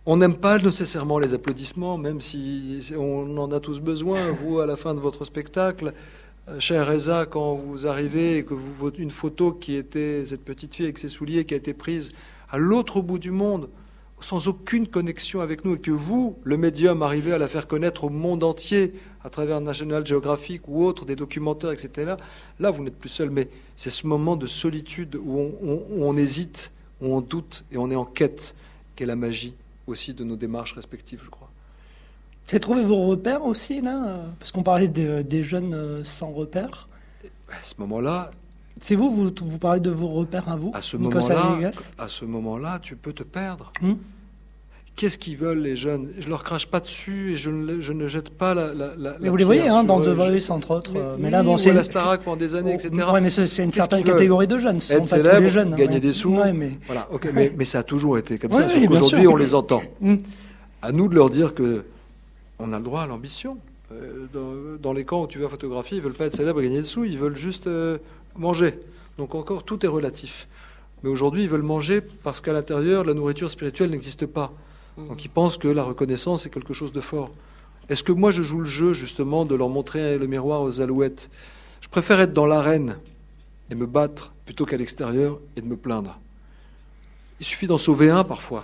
On n'aime pas nécessairement les applaudissements, même si on en a tous besoin. Vous, à la fin de votre spectacle, cher Reza, quand vous arrivez et que vous une photo qui était cette petite fille avec ses souliers qui a été prise à l'autre bout du monde, sans aucune connexion avec nous, et que vous, le médium, arrivez à la faire connaître au monde entier à travers National Geographic ou autres, des documentaires, et cetera. Là, vous n'êtes plus seul, mais c'est ce moment de solitude où on, on, où on hésite, où on doute et on est en quête, qu'est la magie aussi de nos démarches respectives, je crois. Vous avez trouvé vos repères aussi, là? Parce qu'on parlait de, des jeunes sans repères. À ce moment-là... C'est vous, vous, vous parlez de vos repères à vous, à ce Nikos moment-là, à ce moment-là, tu peux te perdre. Hum. Qu'est-ce qu'ils veulent, les jeunes? Je leur crache pas dessus et je ne, je ne jette pas la, la, la Mais vous les voyez, hein, dans The Voice, entre autres. Mais, mais oui, là, bon, c'est la Starac pendant des années, et cetera. Oui, mais c'est, c'est une certaine catégorie de jeunes. Ce Être sont célèbre, pas tous les jeunes. Gagner ouais. des sous. Ouais, mais... Voilà, okay, mais, mais ça a toujours été comme ouais, ça. Oui, sauf qu'aujourd'hui, sûr. on les entend. Mm. À nous de leur dire que on a le droit à l'ambition. Euh, dans, dans les camps où tu vas photographier, ils veulent pas être célèbres et gagner des sous, ils veulent juste euh, manger. Donc encore, tout est relatif. Mais aujourd'hui, ils veulent manger parce qu'à l'intérieur, la nourriture spirituelle n'existe pas. Donc ils pensent que la reconnaissance est quelque chose de fort. Est-ce que moi, je joue le jeu, justement, de leur montrer le miroir aux alouettes? Je préfère être dans l'arène et me battre plutôt qu'à l'extérieur et de me plaindre. Il suffit d'en sauver un, parfois.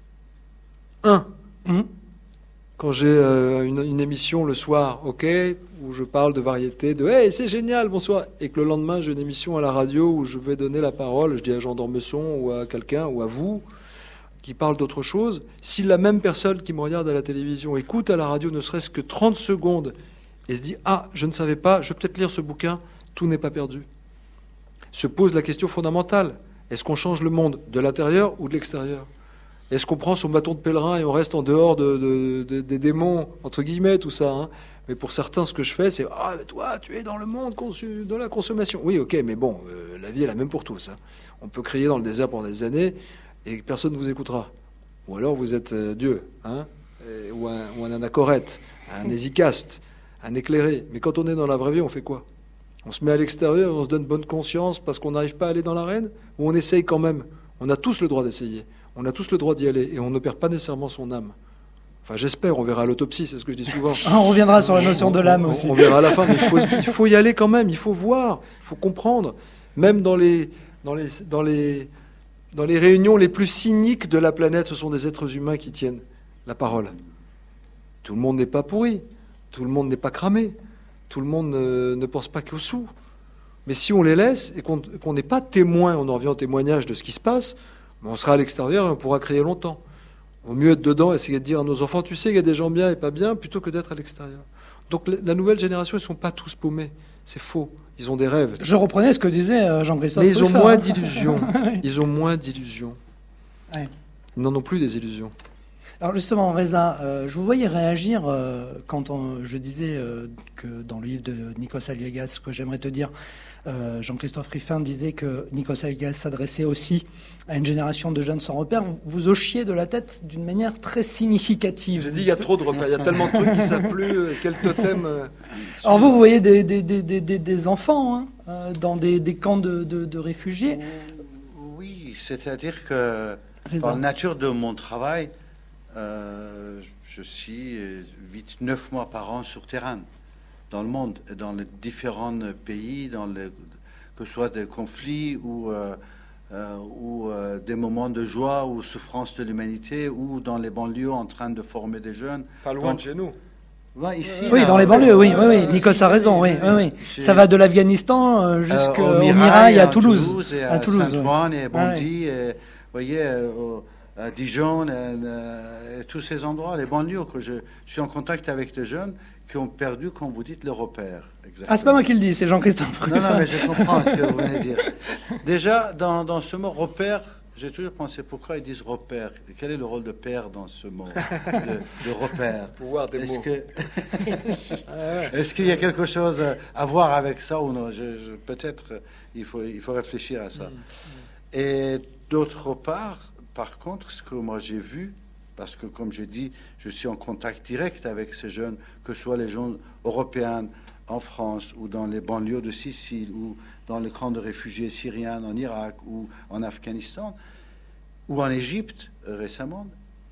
Un. Mmh. Quand j'ai euh, une, une émission le soir, ok, où je parle de variété, de « Hey, c'est génial, bonsoir !» et que le lendemain, j'ai une émission à la radio où je vais donner la parole, je dis à Jean d'Ormesson ou à quelqu'un ou à vous, qui parle d'autre chose, si la même personne qui me regarde à la télévision écoute à la radio ne serait-ce que trente secondes et se dit « Ah, je ne savais pas, je vais peut-être lire ce bouquin, tout n'est pas perdu », se pose la question fondamentale. Est-ce qu'on change le monde de l'intérieur ou de l'extérieur? Est-ce qu'on prend son bâton de pèlerin et on reste en dehors de, de, de, des démons, entre guillemets, tout ça, hein? Mais pour certains, ce que je fais, c'est « Ah, mais toi, tu es dans le monde consu, de la consommation. » Oui, ok, mais bon, euh, la vie est la même pour tous. Hein. On peut crier dans le désert pendant des années et personne ne vous écoutera. Ou alors vous êtes euh, Dieu, hein, et, ou, un, ou un anachorète, un hésicaste, un éclairé. Mais quand on est dans la vraie vie, on fait quoi? On se met à l'extérieur, on se donne bonne conscience parce qu'on n'arrive pas à aller dans l'arène? Ou on essaye quand même? On a tous le droit d'essayer. On a tous le droit d'y aller et on ne perd pas nécessairement son âme. Enfin, j'espère, on verra à l'autopsie, c'est ce que je dis souvent. On reviendra sur la notion de l'âme on, aussi. On verra à la fin, mais il faut, il faut y aller quand même, il faut voir, il faut comprendre. Même dans les, dans les, dans les, dans les réunions les plus cyniques de la planète, ce sont des êtres humains qui tiennent la parole. Tout le monde n'est pas pourri, tout le monde n'est pas cramé, tout le monde ne, ne pense pas qu'au sous. Mais si on les laisse et qu'on qu'on n'est pas témoin, on en revient au témoignage de ce qui se passe, on sera à l'extérieur et on pourra crier longtemps. Au mieux être dedans, essayer de dire à nos enfants, tu sais, il y a des gens bien et pas bien, plutôt que d'être à l'extérieur. Donc la nouvelle génération, ils ne sont pas tous paumés. C'est faux. Ils ont des rêves. Je reprenais ce que disait Jean-Christophe. Mais ils ont Ruffin, moins hein. d'illusions. Ils ont moins d'illusions. Ouais. Ils n'en ont plus des illusions. Alors justement, Reza, euh, je vous voyais réagir euh, quand on, je disais euh, que dans le livre de Nikos Aliagas, ce que j'aimerais te dire, euh, Jean-Christophe Ruffin disait que Nikos Aliagas s'adressait aussi à une génération de jeunes sans repères. Vous, vous hochiez de la tête d'une manière très significative. J'ai dit, il y a trop de repères, il y a tellement de trucs qui ne savent plus euh, quel totem... Euh, Alors vous, vous voyez des, des, des, des, des enfants hein, euh, dans des, des camps de, de, de réfugiés. Oui, c'est-à-dire que Reza. Par la nature de mon travail, euh, je suis huit neuf mois par an sur terrain, dans le monde, dans les différents pays, dans les, que ce soit des conflits ou, euh, euh, ou euh, des moments de joie ou souffrance de l'humanité, ou dans les banlieues en train de former des jeunes. Pas loin Donc, de chez nous. Ouais, ici, Oui, là, dans les banlieues, oui, oui, oui. euh, Nikos a raison, oui, oui, oui. J'ai- Ça va de l'Afghanistan euh, jusqu'au Euh, au Mirail, à à Toulouse. et à, à Toulouse, Saint-Ouen et à ouais. Bondy, et, vous voyez, euh, au- à Dijon, et, euh, et tous ces endroits, les banlieues, que je, je suis en contact avec des jeunes qui ont perdu, comme vous dites, le repère. Exactement. Ah, c'est pas moi qui le dis, c'est Jean-Christophe Non, Ruffin. non, mais je comprends ce que vous venez de dire. Déjà, dans, dans ce mot repère, j'ai toujours pensé pourquoi ils disent repère. Quel est le rôle de père dans ce mot de, de repère? Pouvoir des Est-ce mots. que est-ce qu'il y a quelque chose à voir avec ça ou non? je, je, Peut-être euh, il faut, il faut réfléchir à ça. Mm. Et d'autre part, par contre, ce que moi j'ai vu, parce que comme j'ai dit, je suis en contact direct avec ces jeunes, que ce soit les jeunes européens en France ou dans les banlieues de Sicile ou dans les camps de réfugiés syriens en Irak ou en Afghanistan ou en Égypte euh, récemment,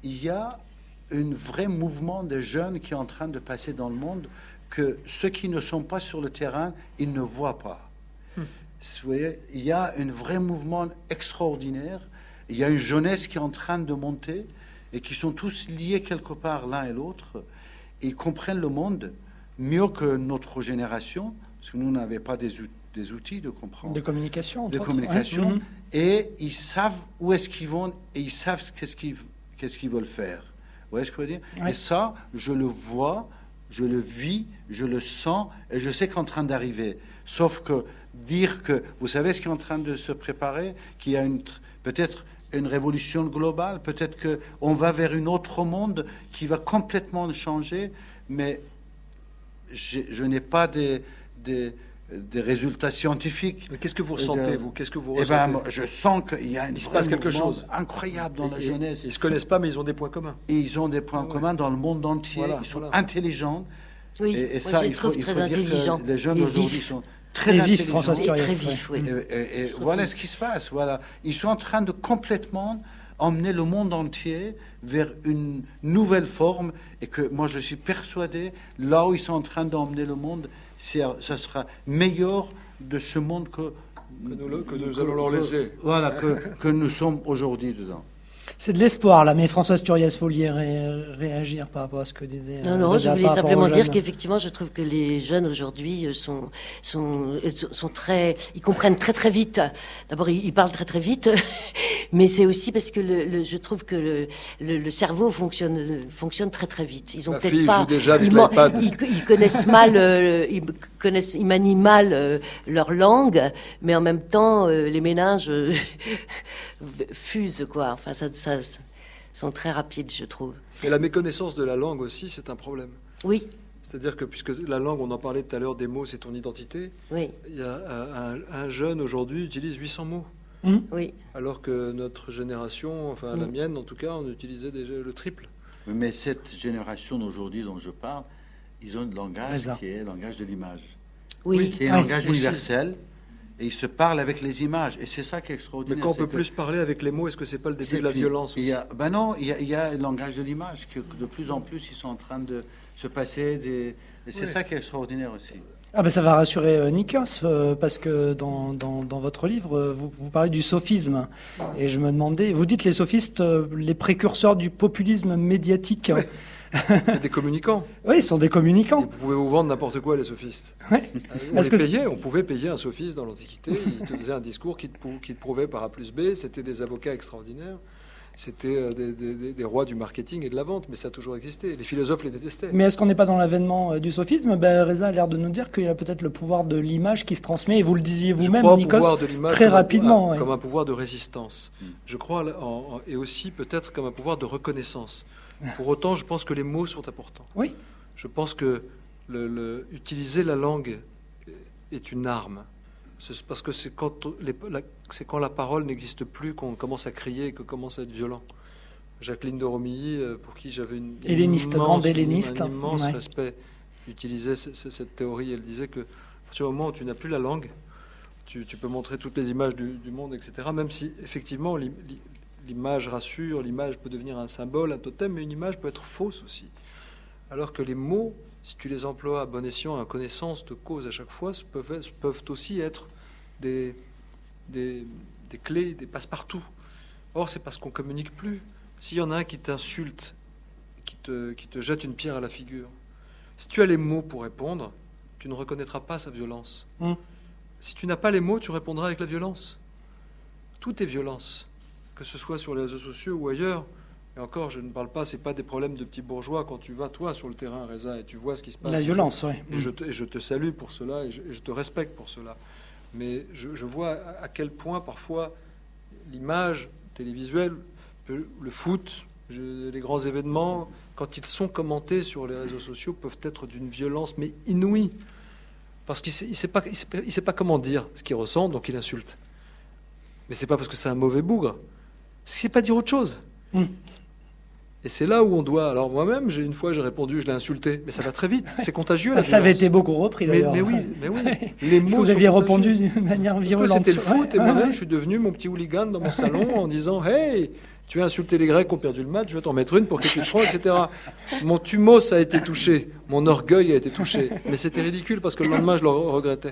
il y a un vrai mouvement de jeunes qui est en train de passer dans le monde, que ceux qui ne sont pas sur le terrain, ils ne voient pas. Hmm. Vous voyez, il y a un vrai mouvement extraordinaire. Il y a une jeunesse qui est en train de monter et qui sont tous liés quelque part l'un et l'autre. Et ils comprennent le monde mieux que notre génération, parce que nous n'avions pas des, des outils de comprendre. De communication. De autres, communication. Ouais. Et ils savent où est-ce qu'ils vont et ils savent qu'est-ce qu'ils, qu'est-ce qu'ils veulent faire. Vous voyez ce que je veux dire? Ouais. Et ça, je le vois, je le vis, je le sens et je sais qu'en train d'arriver. Sauf que dire que, vous savez ce qui est en train de se préparer, qu'il y a une, peut-être une révolution globale, peut-être qu'on va vers un autre monde qui va complètement changer, mais je, je n'ai pas des, des, des résultats scientifiques. Mais qu'est-ce que vous ressentez, de, vous Qu'est-ce que vous eh ressentez ben, Je sens qu'il y a une il se passe quelque chose incroyable dans et, la et, jeunesse. Ils ne se connaissent pas, mais ils ont des points communs. Et ils ont des points ouais. communs dans le monde entier. Voilà, ils sont voilà. intelligents. Oui, et, et moi ça, je les il faut, trouve très intelligents. Les jeunes aujourd'hui sont très et intelligents. Vif, François et très vifs, oui. Et, et, et voilà ce qui se passe. Voilà. Ils sont en train de complètement emmener le monde entier vers une nouvelle forme et que moi je suis persuadé, là où ils sont en train d'emmener le monde, c'est, ça sera meilleur de ce monde que, que nous, le, que nous que, allons leur laisser. Que, voilà, que, que nous sommes aujourd'hui dedans. C'est de l'espoir, là, mais François Sturiez, vous vouliez ré- réagir par rapport à ce que disait... Non, non, je voulais simplement dire qu'effectivement, je trouve que les jeunes aujourd'hui sont, sont, sont très... Ils comprennent très très vite. D'abord, ils parlent très très vite, mais c'est aussi parce que le, le, je trouve que le, le, le cerveau fonctionne, fonctionne très très vite. Ils ont Ma peut-être fille pas... joue déjà avec ils, l'iPad. Ils, ils connaissent mal... Euh, ils connaissent, ils manient mal euh, leur langue, mais en même temps, euh, les méninges euh, fusent, quoi. Enfin, ça... Ça, sont très rapides, je trouve. Et la méconnaissance de la langue aussi, c'est un problème. Oui. C'est-à-dire que, puisque la langue, on en parlait tout à l'heure, des mots, c'est ton identité. Oui. Il y a un, un jeune aujourd'hui utilise huit cents mots. Mmh. Oui. Alors que notre génération, enfin mmh. la mienne en tout cas, on utilisait déjà le triple. Mais cette génération d'aujourd'hui dont je parle, ils ont un langage Réza. qui est le langage de l'image. Oui. Qui est un oui. langage Aussi. universel. Et ils se parlent avec les images. Et c'est ça qui est extraordinaire. Mais quand on peut que plus parler avec les mots, est-ce que c'est pas le début de la violence aussi? il y a, ben non, il y, a, il y a le langage de l'image que de plus en plus ils sont en train de se passer des. Et c'est oui. ça qui est extraordinaire aussi. Ah ben ça va rassurer euh, Nikos euh, parce que dans, dans, dans votre livre euh, vous, vous parlez du sophisme et je me demandais, vous dites les sophistes euh, les précurseurs du populisme médiatique. Oui. C'est des communicants. Oui, ils sont des communicants. Et vous pouvez vous vendre n'importe quoi, les sophistes. Oui. On, les payait, on pouvait payer un sophiste dans l'Antiquité. Il te faisait un discours qui te, qui te prouvait par A plus B. C'était des avocats extraordinaires. C'était des, des, des rois du marketing et de la vente. Mais ça a toujours existé. Les philosophes les détestaient. Mais est-ce qu'on n'est pas dans l'avènement du sophisme? ben, Reza a l'air de nous dire qu'il y a peut-être le pouvoir de l'image qui se transmet. Et vous le disiez vous-même, Nikos, très rapidement. Un, oui. Comme un pouvoir de résistance. Mm. Je crois, en, en, et aussi peut-être comme un pouvoir de reconnaissance. Pour autant, je pense que les mots sont importants. Oui. Je pense que le, le, utiliser la langue est une arme. C'est parce que c'est quand, les, la, c'est quand la parole n'existe plus qu'on commence à crier et qu'on commence à être violent. Jacqueline de Romilly, pour qui j'avais une helléniste, immense, grande helléniste, un immense ouais. respect, utilisait c- c- cette théorie. Elle disait que à partir du moment où tu n'as plus la langue, tu, tu peux montrer toutes les images du, du monde, et cetera. Même si effectivement li, li, l'image rassure, l'image peut devenir un symbole, un totem, mais une image peut être fausse aussi. Alors que les mots, si tu les emploies à bon escient, à connaissance de cause à chaque fois, peuvent, peuvent aussi être des, des, des clés, des passe-partout. Or, c'est parce qu'on ne communique plus. S'il y en a un qui t'insulte, qui te, qui te jette une pierre à la figure, si tu as les mots pour répondre, tu ne reconnaîtras pas sa violence. Mmh. Si tu n'as pas les mots, tu répondras avec la violence. Tout est violence. Que ce soit sur les réseaux sociaux ou ailleurs. Et encore, je ne parle pas, c'est pas des problèmes de petits bourgeois quand tu vas, toi, sur le terrain, Reza, et tu vois ce qui se passe. La violence, oui. Et, je te, et je te salue pour cela, et je, et je te respecte pour cela. Mais je, je vois à, à quel point, parfois, l'image télévisuelle, le foot, je, les grands événements, quand ils sont commentés sur les réseaux sociaux, peuvent être d'une violence, mais inouïe. Parce qu'il ne sait, sait, sait, sait pas comment dire ce qu'il ressent, donc il insulte. Mais c'est pas parce que c'est un mauvais bougre. Parce qu'il ne sait pas dire autre chose. Mmh. Et c'est là où on doit... Alors moi-même, j'ai une fois, j'ai répondu, je l'ai insulté. Mais ça va très vite, c'est contagieux. La ça violence. avait été beaucoup repris d'ailleurs. Mais, mais oui, mais oui. Les mots Parce que vous aviez répondu d'une manière virulente. Parce que c'était le foot, ouais, et moi-même, ouais. je suis devenu mon petit hooligan dans mon salon en disant « Hey, Tu as insulté les Grecs qui ont perdu le match, je vais t'en mettre une pour que tu te prends, et cetera. Mon thumos a été touché, mon orgueil a été touché. Mais c'était ridicule parce que le lendemain, je le regrettais.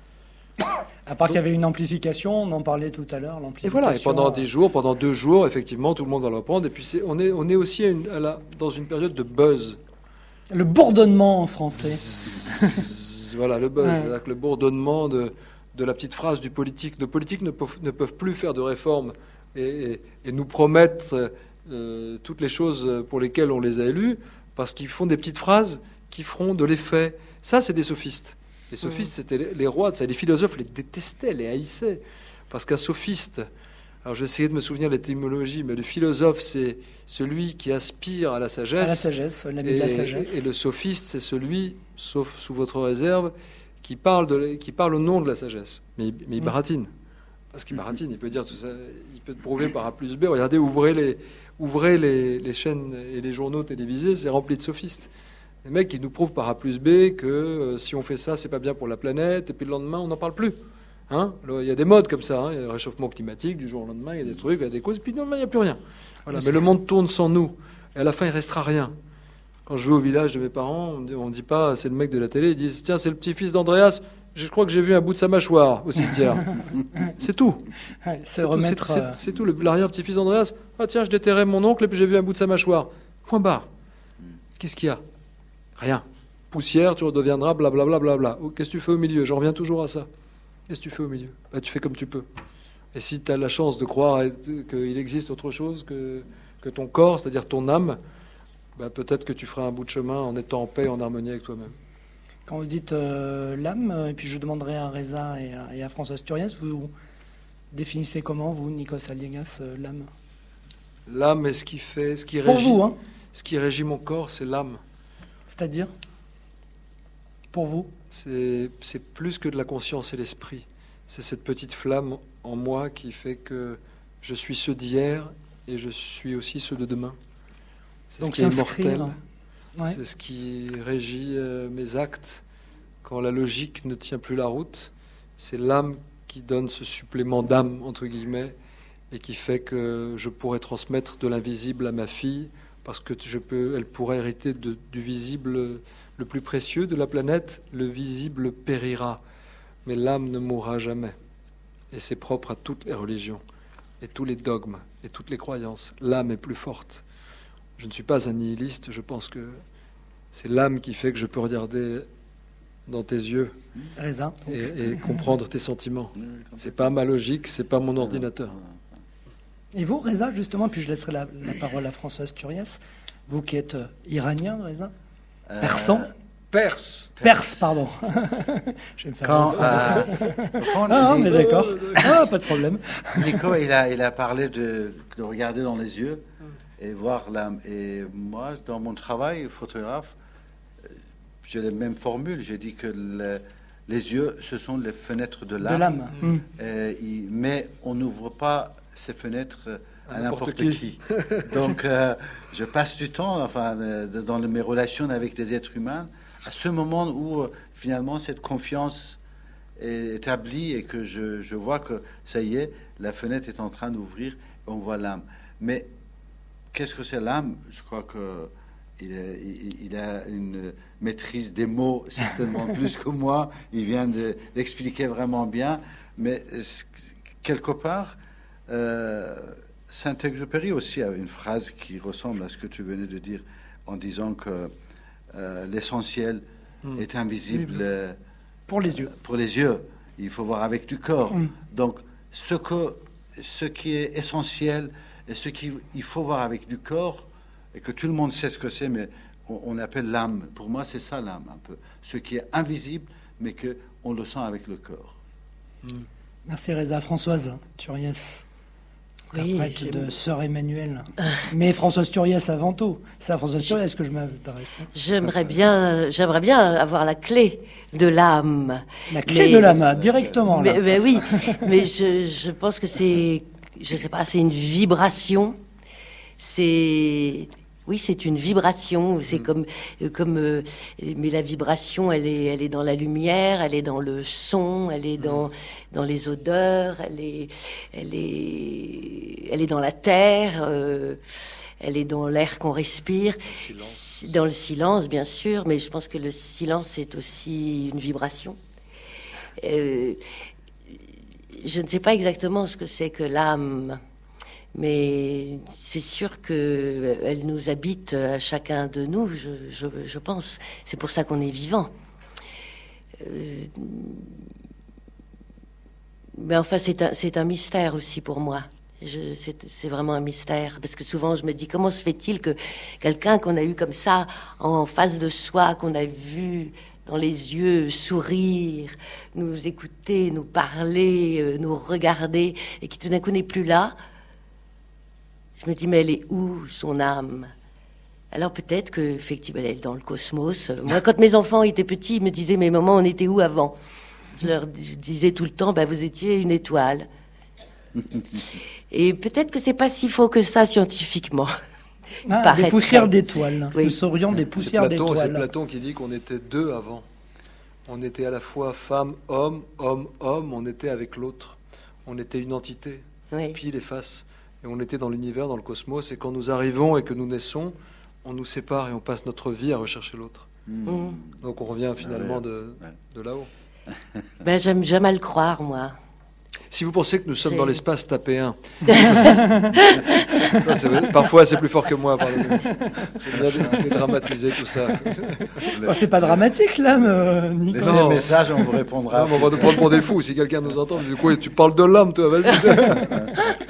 À part qu'il y avait une amplification, on en parlait tout à l'heure, l'amplification. Et voilà, et pendant dix jours, pendant deux jours, effectivement, tout le monde va le prendre. Et puis c'est, on, est, on est aussi à une, à la, dans une période de buzz. Le bourdonnement en français. Zzz, voilà, le buzz. Ouais. C'est-à-dire que le bourdonnement de, de la petite phrase du politique. Nos politiques ne peuvent, ne peuvent plus faire de réformes et, et, et nous promettre euh, toutes les choses pour lesquelles on les a élus, parce qu'ils font des petites phrases qui feront de l'effet. Ça, c'est des sophistes. Les sophistes, c'était les, les rois, ça, les philosophes les détestaient, les haïssaient. Parce qu'un sophiste, alors je vais essayer de me souvenir de l'étymologie, mais le philosophe, c'est celui qui aspire à la sagesse. À la sagesse, l'ami de la sagesse. Et, et le sophiste, c'est celui, sauf sous votre réserve, qui parle, de, qui parle au nom de la sagesse. Mais, mais il baratine. Parce qu'il baratine, il peut dire tout ça, il peut te prouver par A plus B. Regardez, ouvrez les, ouvrez les, les chaînes et les journaux télévisés, c'est rempli de sophistes. Les mecs qui nous prouvent par A plus B que euh, si on fait ça, c'est pas bien pour la planète, et puis le lendemain, on n'en parle plus. Hein, il y a des modes comme ça, hein, il y a le réchauffement climatique, du jour au lendemain, il y a des trucs, il y a des causes, puis non, il n'y a plus rien. Voilà, mais le monde tourne sans nous, et à la fin, il ne restera rien. Quand je vais au village de mes parents, on ne dit pas, c'est le mec de la télé, ils disent, tiens, c'est le petit-fils d'Andreas, je crois que j'ai vu un bout de sa mâchoire au cimetière. C'est tout. Ouais, c'est, c'est, remettre, tout c'est, c'est, c'est tout, l'arrière-petit-fils d'Andreas, ah tiens, je déterrais mon oncle, et puis j'ai vu un bout de sa mâchoire. Point barre. Qu'est-ce qu'il y a ? Rien. Poussière, tu redeviendras blablabla. Bla, bla, bla. Oh, qu'est-ce que tu fais au milieu ? J'en reviens toujours à ça. Qu'est-ce que tu fais au milieu ? Bah, tu fais comme tu peux. Et si tu as la chance de croire qu'il existe autre chose que, que ton corps, c'est-à-dire ton âme, bah, peut-être que tu feras un bout de chemin en étant en paix, en harmonie avec toi-même. Quand vous dites euh, l'âme, et puis je demanderai à Reza et à, et à Françoise Turiès, vous définissez comment, vous, Nikos Aliagas, euh, l'âme ? L'âme est ce qui fait, ce qui Pour régit, vous, hein ? Ce qui régit mon corps, c'est l'âme. C'est-à-dire, pour vous, c'est, c'est plus que de la conscience et l'esprit. C'est cette petite flamme en moi qui fait que je suis ceux d'hier et je suis aussi ceux de demain. C'est donc ce qui est immortel. Ouais. C'est ce qui régit euh, mes actes. Quand la logique ne tient plus la route, c'est l'âme qui donne ce supplément d'âme, entre guillemets, et qui fait que je pourrais transmettre de l'invisible à ma fille, parce que je peux, elle pourrait hériter de, du visible le plus précieux de la planète. Le visible périra, mais l'âme ne mourra jamais. Et c'est propre à toutes les religions, et tous les dogmes, et toutes les croyances. L'âme est plus forte. Je ne suis pas un nihiliste, je pense que c'est l'âme qui fait que je peux regarder dans tes yeux Reza, et, et comprendre tes sentiments. C'est pas ma logique, c'est pas mon ordinateur. Et vous, Reza, justement, puis je laisserai la, la parole à Françoise Turiès, vous qui êtes euh, iranien, Reza, euh, persan, perse, perse, pardon. Je vais me faire. Quand, euh, quand ah, mais d'accord, ah, pas de problème. Nico, il a, il a parlé de, de regarder dans les yeux et voir l'âme. Et moi, dans mon travail, photographe, j'ai la même formule. J'ai dit que le, les yeux, ce sont les fenêtres de l'âme. De l'âme. Mmh. Et, il, mais on n'ouvre pas ces fenêtres à, à n'importe, n'importe qui. qui. Donc, euh, je passe du temps, enfin, euh, dans mes relations avec des êtres humains, à ce moment où euh, finalement cette confiance est établie et que je, je vois que ça y est, la fenêtre est en train d'ouvrir et on voit l'âme. Mais qu'est-ce que c'est l'âme ? Je crois que il a, il, il a une maîtrise des mots certainement plus que moi. Il vient de l'expliquer vraiment bien. Mais quelque part, euh, Saint-Exupéry aussi a une phrase qui ressemble à ce que tu venais de dire en disant que euh, l'essentiel mmh. est invisible euh, pour les yeux. Pour les yeux, il faut voir avec du corps. Mmh. Donc, ce que ce qui est essentiel et ce qu'il faut voir avec du corps, et que tout le monde sait ce que c'est, mais on, on appelle l'âme. Pour moi, c'est ça l'âme un peu, ce qui est invisible, mais que on le sent avec le corps. Mmh. Merci Reza. Françoise Turiès, interprète oui, de Sœur Emmanuelle. Mais Françoise Turiès avant tout. C'est à Françoise Turiès que je m'intéresse. J'aimerais bien, j'aimerais bien avoir la clé de l'âme. La clé mais, de l'âme, directement. Mais, là. mais oui, mais je, je pense que c'est, je sais pas, c'est une vibration. C'est Oui, c'est une vibration. C'est mmh. comme, comme, euh, mais la vibration, elle est, elle est dans la lumière, elle est dans le son, elle est dans, mmh. dans les odeurs, elle est, elle est, elle est dans la terre. Euh, Elle est dans l'air qu'on respire, dans le silence, dans le silence bien sûr, mais je pense que le silence est aussi une vibration. Euh, je ne sais pas exactement ce que c'est que l'âme, mais c'est sûr que elle nous habite à chacun de nous, je, je, je pense. C'est pour ça qu'on est vivant. Euh, mais enfin, c'est un, c'est un mystère aussi pour moi. Je, c'est, c'est vraiment un mystère, parce que souvent je me dis, comment se fait-il que quelqu'un qu'on a eu comme ça en face de soi, qu'on a vu dans les yeux sourire, nous écouter, nous parler, euh, nous regarder, et qui tout d'un coup n'est plus là, je me dis, mais elle est où, son âme? Alors peut-être que effectivement elle est dans le cosmos. Moi, quand mes enfants étaient petits, ils me disaient, mais maman, on était où avant? Je leur disais tout le temps, ben, vous étiez une étoile. Et peut-être que c'est pas si faux que ça scientifiquement. Ah, des poussières d'étoiles. Oui. Nous serions des poussières c'est Platon, d'étoiles. C'est Platon qui dit qu'on était deux avant. On était à la fois femme, homme, homme, homme. On était avec l'autre. On était une entité, oui. pile et face. Et on était dans l'univers, dans le cosmos. Et quand nous arrivons et que nous naissons, on nous sépare et on passe notre vie à rechercher l'autre. Mmh. Donc on revient finalement de, de là-haut. Ben, j'aime jamais le croire, moi. Si vous pensez que nous sommes J'ai... dans l'espace, tapez un. Ça, c'est, parfois, c'est plus fort que moi. J'ai bien dédramatiser tout ça. Oh, c'est pas dramatique, l'âme, euh, Nicolas. Laissez un message, on vous répondra. Non, on va nous prendre pour des fous si quelqu'un nous entend. Du coup, tu parles de l'âme, toi, vas-y.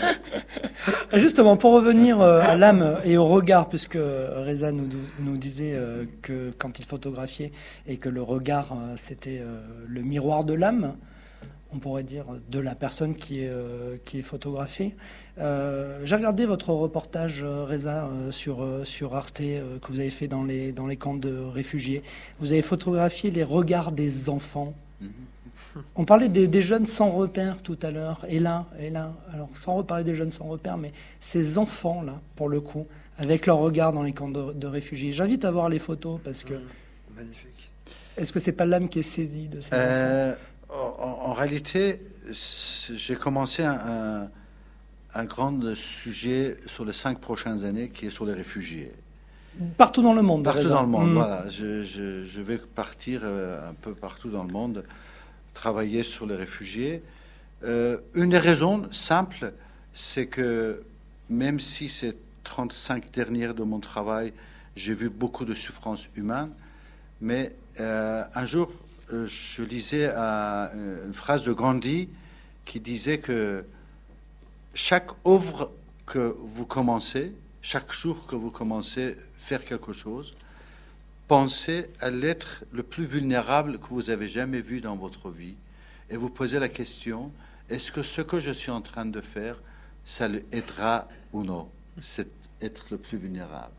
Justement, pour revenir euh, à l'âme et au regard, puisque Reza nous, nous disait euh, que quand il photographiait et que le regard, euh, c'était euh, le miroir de l'âme, on pourrait dire, de la personne qui est, euh, qui est photographiée. Euh, j'ai regardé votre reportage, euh, Reza, euh, sur, euh, sur Arte, euh, que vous avez fait dans les, dans les camps de réfugiés. Vous avez photographié les regards des enfants. Mm-hmm. On parlait des, des jeunes sans repère tout à l'heure, et là, et là, alors sans reparler des jeunes sans repère, mais ces enfants-là, pour le coup, avec leur regard dans les camps de, de réfugiés. J'invite à voir les photos, parce que... Mmh, magnifique. Est-ce que c'est pas l'âme qui est saisie de ces euh... enfants ? En, en réalité, j'ai commencé un, un, un grand sujet sur les cinq prochaines années qui est sur les réfugiés. Partout dans le monde. Partout dans le monde, mmh. voilà. Je, je, je vais partir euh, un peu partout dans le monde, travailler sur les réfugiés. Euh, une des raisons simples, c'est que même si ces trente-cinq dernières de mon travail, j'ai vu beaucoup de souffrances humaines, mais euh, un jour, je lisais une phrase de Gandhi qui disait que chaque œuvre que vous commencez, chaque jour que vous commencez à faire quelque chose, pensez à l'être le plus vulnérable que vous avez jamais vu dans votre vie et vous posez la question, est-ce que ce que je suis en train de faire, ça le aidera ou non, cet être le plus vulnérable.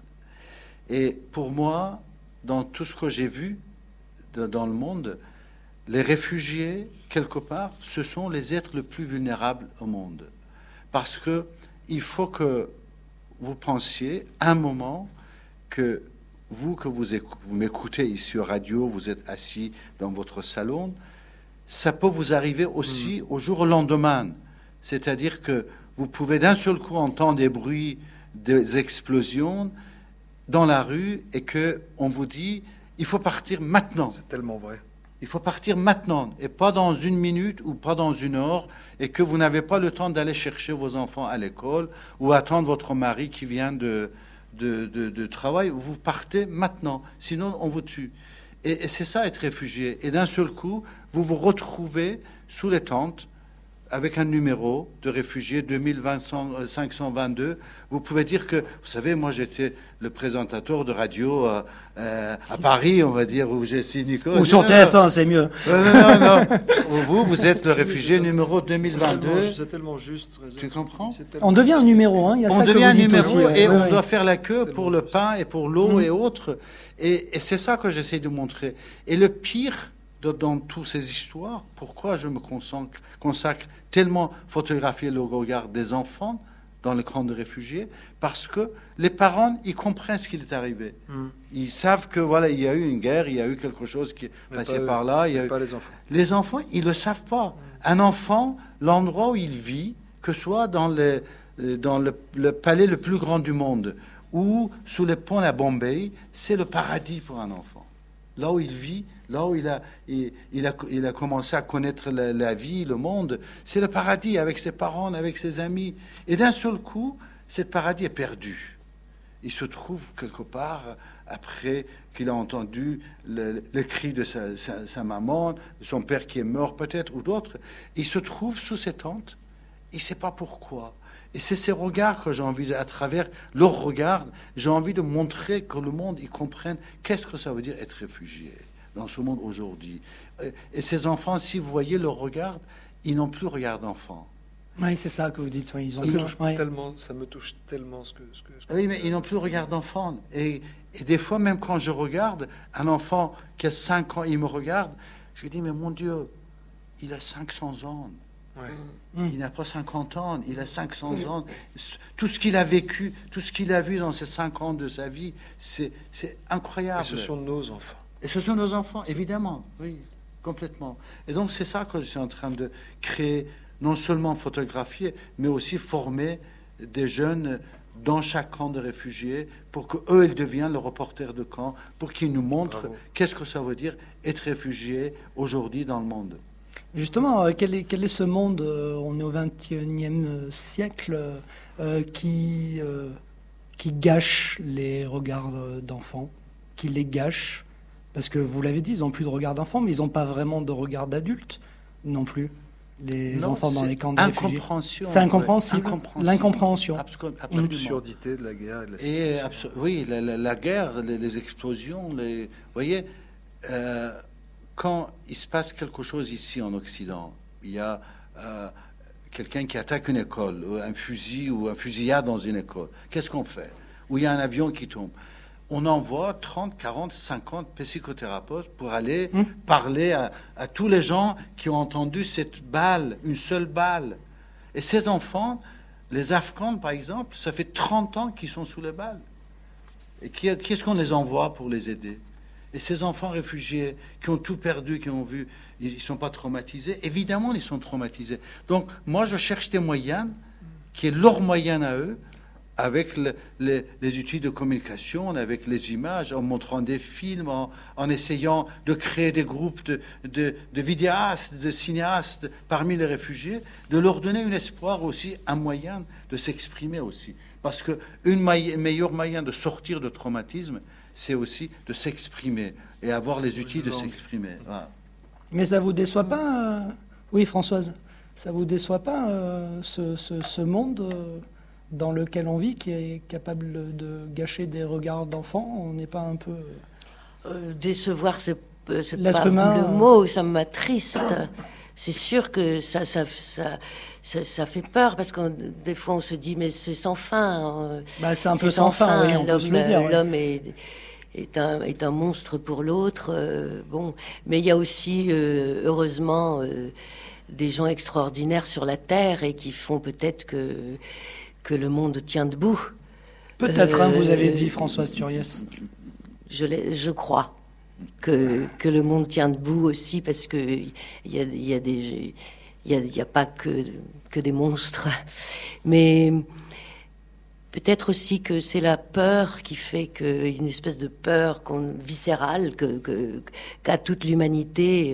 Et pour moi, dans tout ce que j'ai vu, dans le monde, les réfugiés, quelque part, ce sont les êtres les plus vulnérables au monde. Parce que il faut que vous pensiez un moment que vous, que vous, vous m'écoutez ici à radio, vous êtes assis dans votre salon, ça peut vous arriver aussi mmh. au jour au lendemain. C'est-à-dire que vous pouvez d'un seul coup entendre des bruits, des explosions dans la rue et qu'on vous dit il faut partir maintenant. C'est tellement vrai. Il faut partir maintenant et pas dans une minute ou pas dans une heure et que vous n'avez pas le temps d'aller chercher vos enfants à l'école ou attendre votre mari qui vient de, de, de, de travail. Vous partez maintenant, sinon on vous tue. Et, et c'est ça être réfugié. Et d'un seul coup, vous vous retrouvez sous les tentes avec un numéro de réfugié deux mille cinq cent vingt-deux. Vous pouvez dire que, vous savez, moi j'étais le présentateur de radio euh, euh, à Paris, on va dire, où j'ai signé Nico. Ou sur T F un, c'est mieux. Non, non, non. Vous, vous êtes le réfugié numéro deux mille vingt-deux. C'est tellement juste. Tu comprends? On devient un numéro, hein. Il y a on ça devient que un vous dites numéro aussi, et ouais. on ouais. doit faire la queue pour le juste. pain et pour l'eau mmh. et autres. Et, et c'est ça que j'essaie de montrer. Et le pire de, dans toutes ces histoires, pourquoi je me consacre, consacre tellement à photographier le regard des enfants, dans les camps de réfugiés, parce que les parents, ils comprennent ce qui est arrivé. Mm. Ils savent que voilà, il y a eu une guerre, il y a eu quelque chose qui est mais passé pas, par là. Il y a pas eu... les enfants. Les enfants, ils le savent pas. Mm. Un enfant, l'endroit où il vit, que ce soit dans, les, dans le, le palais le plus grand du monde ou sous les ponts à Bombay, c'est le paradis pour un enfant. Là où il vit, là où il a, il, il a, il a commencé à connaître la, la vie, le monde, c'est le paradis avec ses parents, avec ses amis. Et d'un seul coup, ce paradis est perdu. Il se trouve quelque part, après qu'il a entendu le, le cri de sa, sa, sa maman, son père qui est mort peut-être, ou d'autres. Il se trouve sous ses tentes, il ne sait pas pourquoi. Et c'est ces regards que j'ai envie, de, à travers leurs regards, j'ai envie de montrer que le monde, ils comprennent qu'est-ce que ça veut dire être réfugié dans ce monde aujourd'hui. Et ces enfants, si vous voyez leur regard, ils n'ont plus regard d'enfant. Oui, c'est ça que vous dites. Oui, ils ont ça, me plus, touche ouais. tellement, ça me touche tellement ce que... Ce que, ce que oui, mais ils n'ont plus regard d'enfant. Et, et des fois, même quand je regarde un enfant qui a cinq ans, il me regarde, je dis, mais mon Dieu, il a cinq cents ans. Ouais. Il n'a pas cinquante ans, il a cinq cents ans. Tout ce qu'il a vécu, tout ce qu'il a vu dans ces cinq ans de sa vie, c'est, c'est incroyable. Et ce sont nos enfants. Et ce sont nos enfants, c'est... évidemment, oui, complètement. Et donc c'est ça que je suis en train de créer, non seulement photographier, mais aussi former des jeunes dans chaque camp de réfugiés pour qu'eux, ils deviennent le reporter de camp, pour qu'ils nous montrent Bravo. Qu'est-ce que ça veut dire être réfugié aujourd'hui dans le monde. Justement, euh, quel, est, quel est ce monde, euh, on est au vingt et unième siècle, euh, qui, euh, qui gâche les regards d'enfants, qui les gâche, parce que vous l'avez dit, ils n'ont plus de regard d'enfants, mais ils n'ont pas vraiment de regard d'adultes non plus, les non, enfants dans les camps de réfugiés. C'est incompréhensible, ouais, l'incompréhension. Absolument. L'absurdité de la guerre et de la situation. Et oui, la, la, la guerre, les, les explosions, les... vous voyez... Euh, quand il se passe quelque chose ici en Occident, il y a euh, quelqu'un qui attaque une école, ou un fusil ou un fusillade dans une école, qu'est-ce qu'on fait? Ou il y a un avion qui tombe. On envoie trente, quarante, cinquante psychothérapeutes pour aller mmh. parler à, à tous les gens qui ont entendu cette balle, une seule balle. Et ces enfants, les Afghans par exemple, ça fait trente ans qu'ils sont sous les balles. Et qui, qui est-ce qu'on les envoie pour les aider? Et ces enfants réfugiés qui ont tout perdu, qui ont vu, ils ne sont pas traumatisés. Évidemment, ils sont traumatisés. Donc, moi, je cherche des moyens, qui est leur moyen à eux, avec le, les, les outils de communication, avec les images, en montrant des films, en, en essayant de créer des groupes de, de, de vidéastes, de cinéastes parmi les réfugiés, de leur donner un espoir aussi, un moyen de s'exprimer aussi. Parce qu'un meilleur moyen de sortir de traumatisme, c'est aussi de s'exprimer et avoir les outils de s'exprimer. Voilà. Mais ça vous déçoit pas euh... Oui, Françoise, ça vous déçoit pas euh, ce, ce, ce monde euh, dans lequel on vit, qui est capable de gâcher des regards d'enfants? On n'est pas un peu... Euh, décevoir, c'est, c'est L'être pas humain, le mot, ça m'attriste. C'est sûr que ça, ça, ça, ça, ça fait peur, parce que des fois on se dit, mais c'est sans fin. Bah, c'est un c'est peu sans, sans fin, fin. Oui, on l'homme, peut se le dire. Ouais. L'homme est, est, un, est un monstre pour l'autre. Euh, bon, mais il y a aussi, euh, heureusement, euh, des gens extraordinaires sur la Terre et qui font peut-être que, que le monde tient debout. Peut-être, euh, hein, vous avez dit, Françoise Turiès. Je, je crois. Que, que le monde tient debout aussi, parce que il y a, y a des, il y a, y a pas que, que des monstres, mais peut-être aussi que c'est la peur qui fait que, une espèce de peur qu'on, viscérale que, que, qu'a toute l'humanité.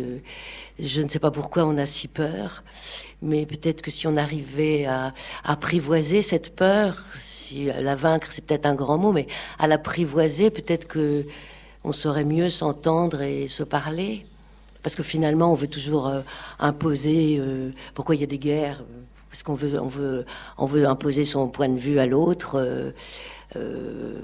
Je ne sais pas pourquoi on a si peur, mais peut-être que si on arrivait à, à apprivoiser cette peur, si à la vaincre, c'est peut-être un grand mot, mais à l'apprivoiser, peut-être que on saurait mieux s'entendre et se parler. Parce que finalement, on veut toujours euh, imposer... Euh, pourquoi il y a des guerres? Parce qu'on veut, on veut, on veut imposer son point de vue à l'autre. Euh, euh,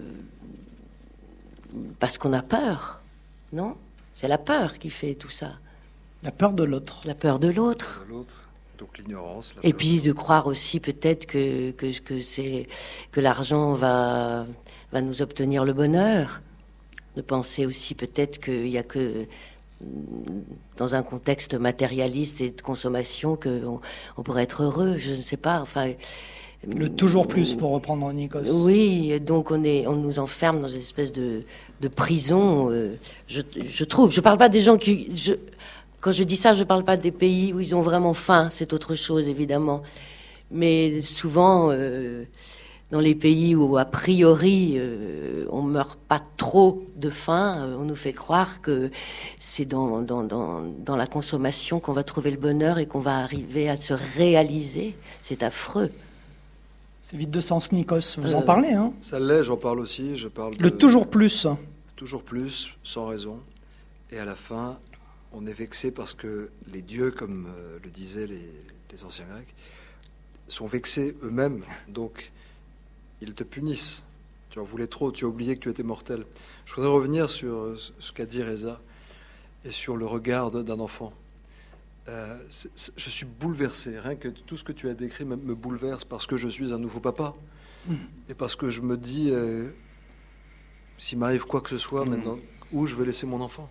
parce qu'on a peur, non? C'est la peur qui fait tout ça. La peur de l'autre. La peur de l'autre. De l'autre. Donc l'ignorance. La et puis de croire aussi peut-être que, que, que, c'est, que l'argent va, va nous obtenir le bonheur. De penser aussi peut-être qu'il n'y a que dans un contexte matérialiste et de consommation qu'on on pourrait être heureux, je ne sais pas. Enfin, Le toujours plus, pour reprendre Nikos. Oui, et donc on, est, on nous enferme dans une espèce de, de prison. Euh, je, je trouve. Je parle pas des gens qui... Je, quand je dis ça, je parle pas des pays où ils ont vraiment faim. C'est autre chose, évidemment. Mais souvent, euh, dans les pays où, a priori, euh, on meurt pas trop de faim, euh, on nous fait croire que c'est dans, dans, dans, dans la consommation qu'on va trouver le bonheur et qu'on va arriver à se réaliser. C'est affreux. C'est vide de sens, Nikos. Vous Euh, en parlez, hein? Ça l'est, j'en parle aussi. Je parle Le de- toujours plus. Toujours plus, sans raison. Et à la fin, on est vexé parce que les dieux, comme euh, le disaient les, les anciens Grecs, sont vexés eux-mêmes. Donc, ils te punissent. Tu en voulais trop, tu as oublié que tu étais mortel. Je voudrais revenir sur euh, ce qu'a dit Reza et sur le regard d'un enfant. Euh, c'est- c'est- je suis bouleversé. Rien que tout ce que tu as décrit me, me bouleverse parce que je suis un nouveau papa. Mmh. Et parce que je me dis, euh, s'il m'arrive quoi que ce soit Mmh. maintenant, où je vais laisser mon enfant?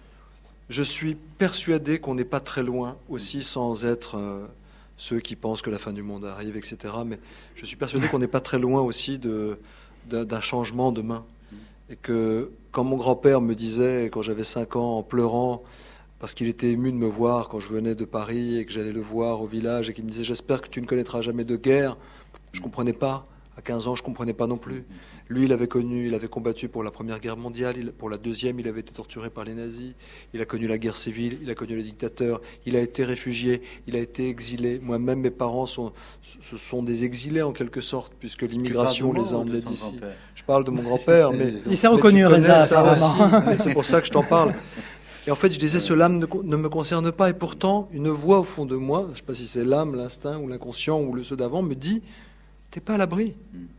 Je suis persuadé qu'on n'est pas très loin aussi, sans être euh, ceux qui pensent que la fin du monde arrive, et cetera. Mais je suis persuadé qu'on n'est pas très loin aussi de, d'un, d'un changement demain. Et que quand mon grand-père me disait, quand j'avais cinq ans, en pleurant, parce qu'il était ému de me voir quand je venais de Paris et que j'allais le voir au village, et qu'il me disait « J'espère que tu ne connaîtras jamais de guerre », je ne comprenais pas. À quinze ans, je ne comprenais pas non plus. Lui, il avait connu, il avait combattu pour la Première Guerre mondiale, il- pour la Deuxième, il avait été torturé par les nazis, il a connu la guerre civile, il a connu le dictateur, il a été réfugié, il a été exilé. Moi-même, mes parents sont, ce sont des exilés en quelque sorte, puisque l'immigration les a emmenés d'ici. Je parle de mon grand-père, mais... Il s'est mais reconnu, tu connais Reza, ça apparemment. aussi. C'est pour ça que je t'en parle. Et en fait, je disais, ce l'âme ne, ne me concerne pas. Et pourtant, une voix au fond de moi, je ne sais pas si c'est l'âme, l'instinct ou l'inconscient ou le ceux d'avant, me dit, t'es pas à l'abri.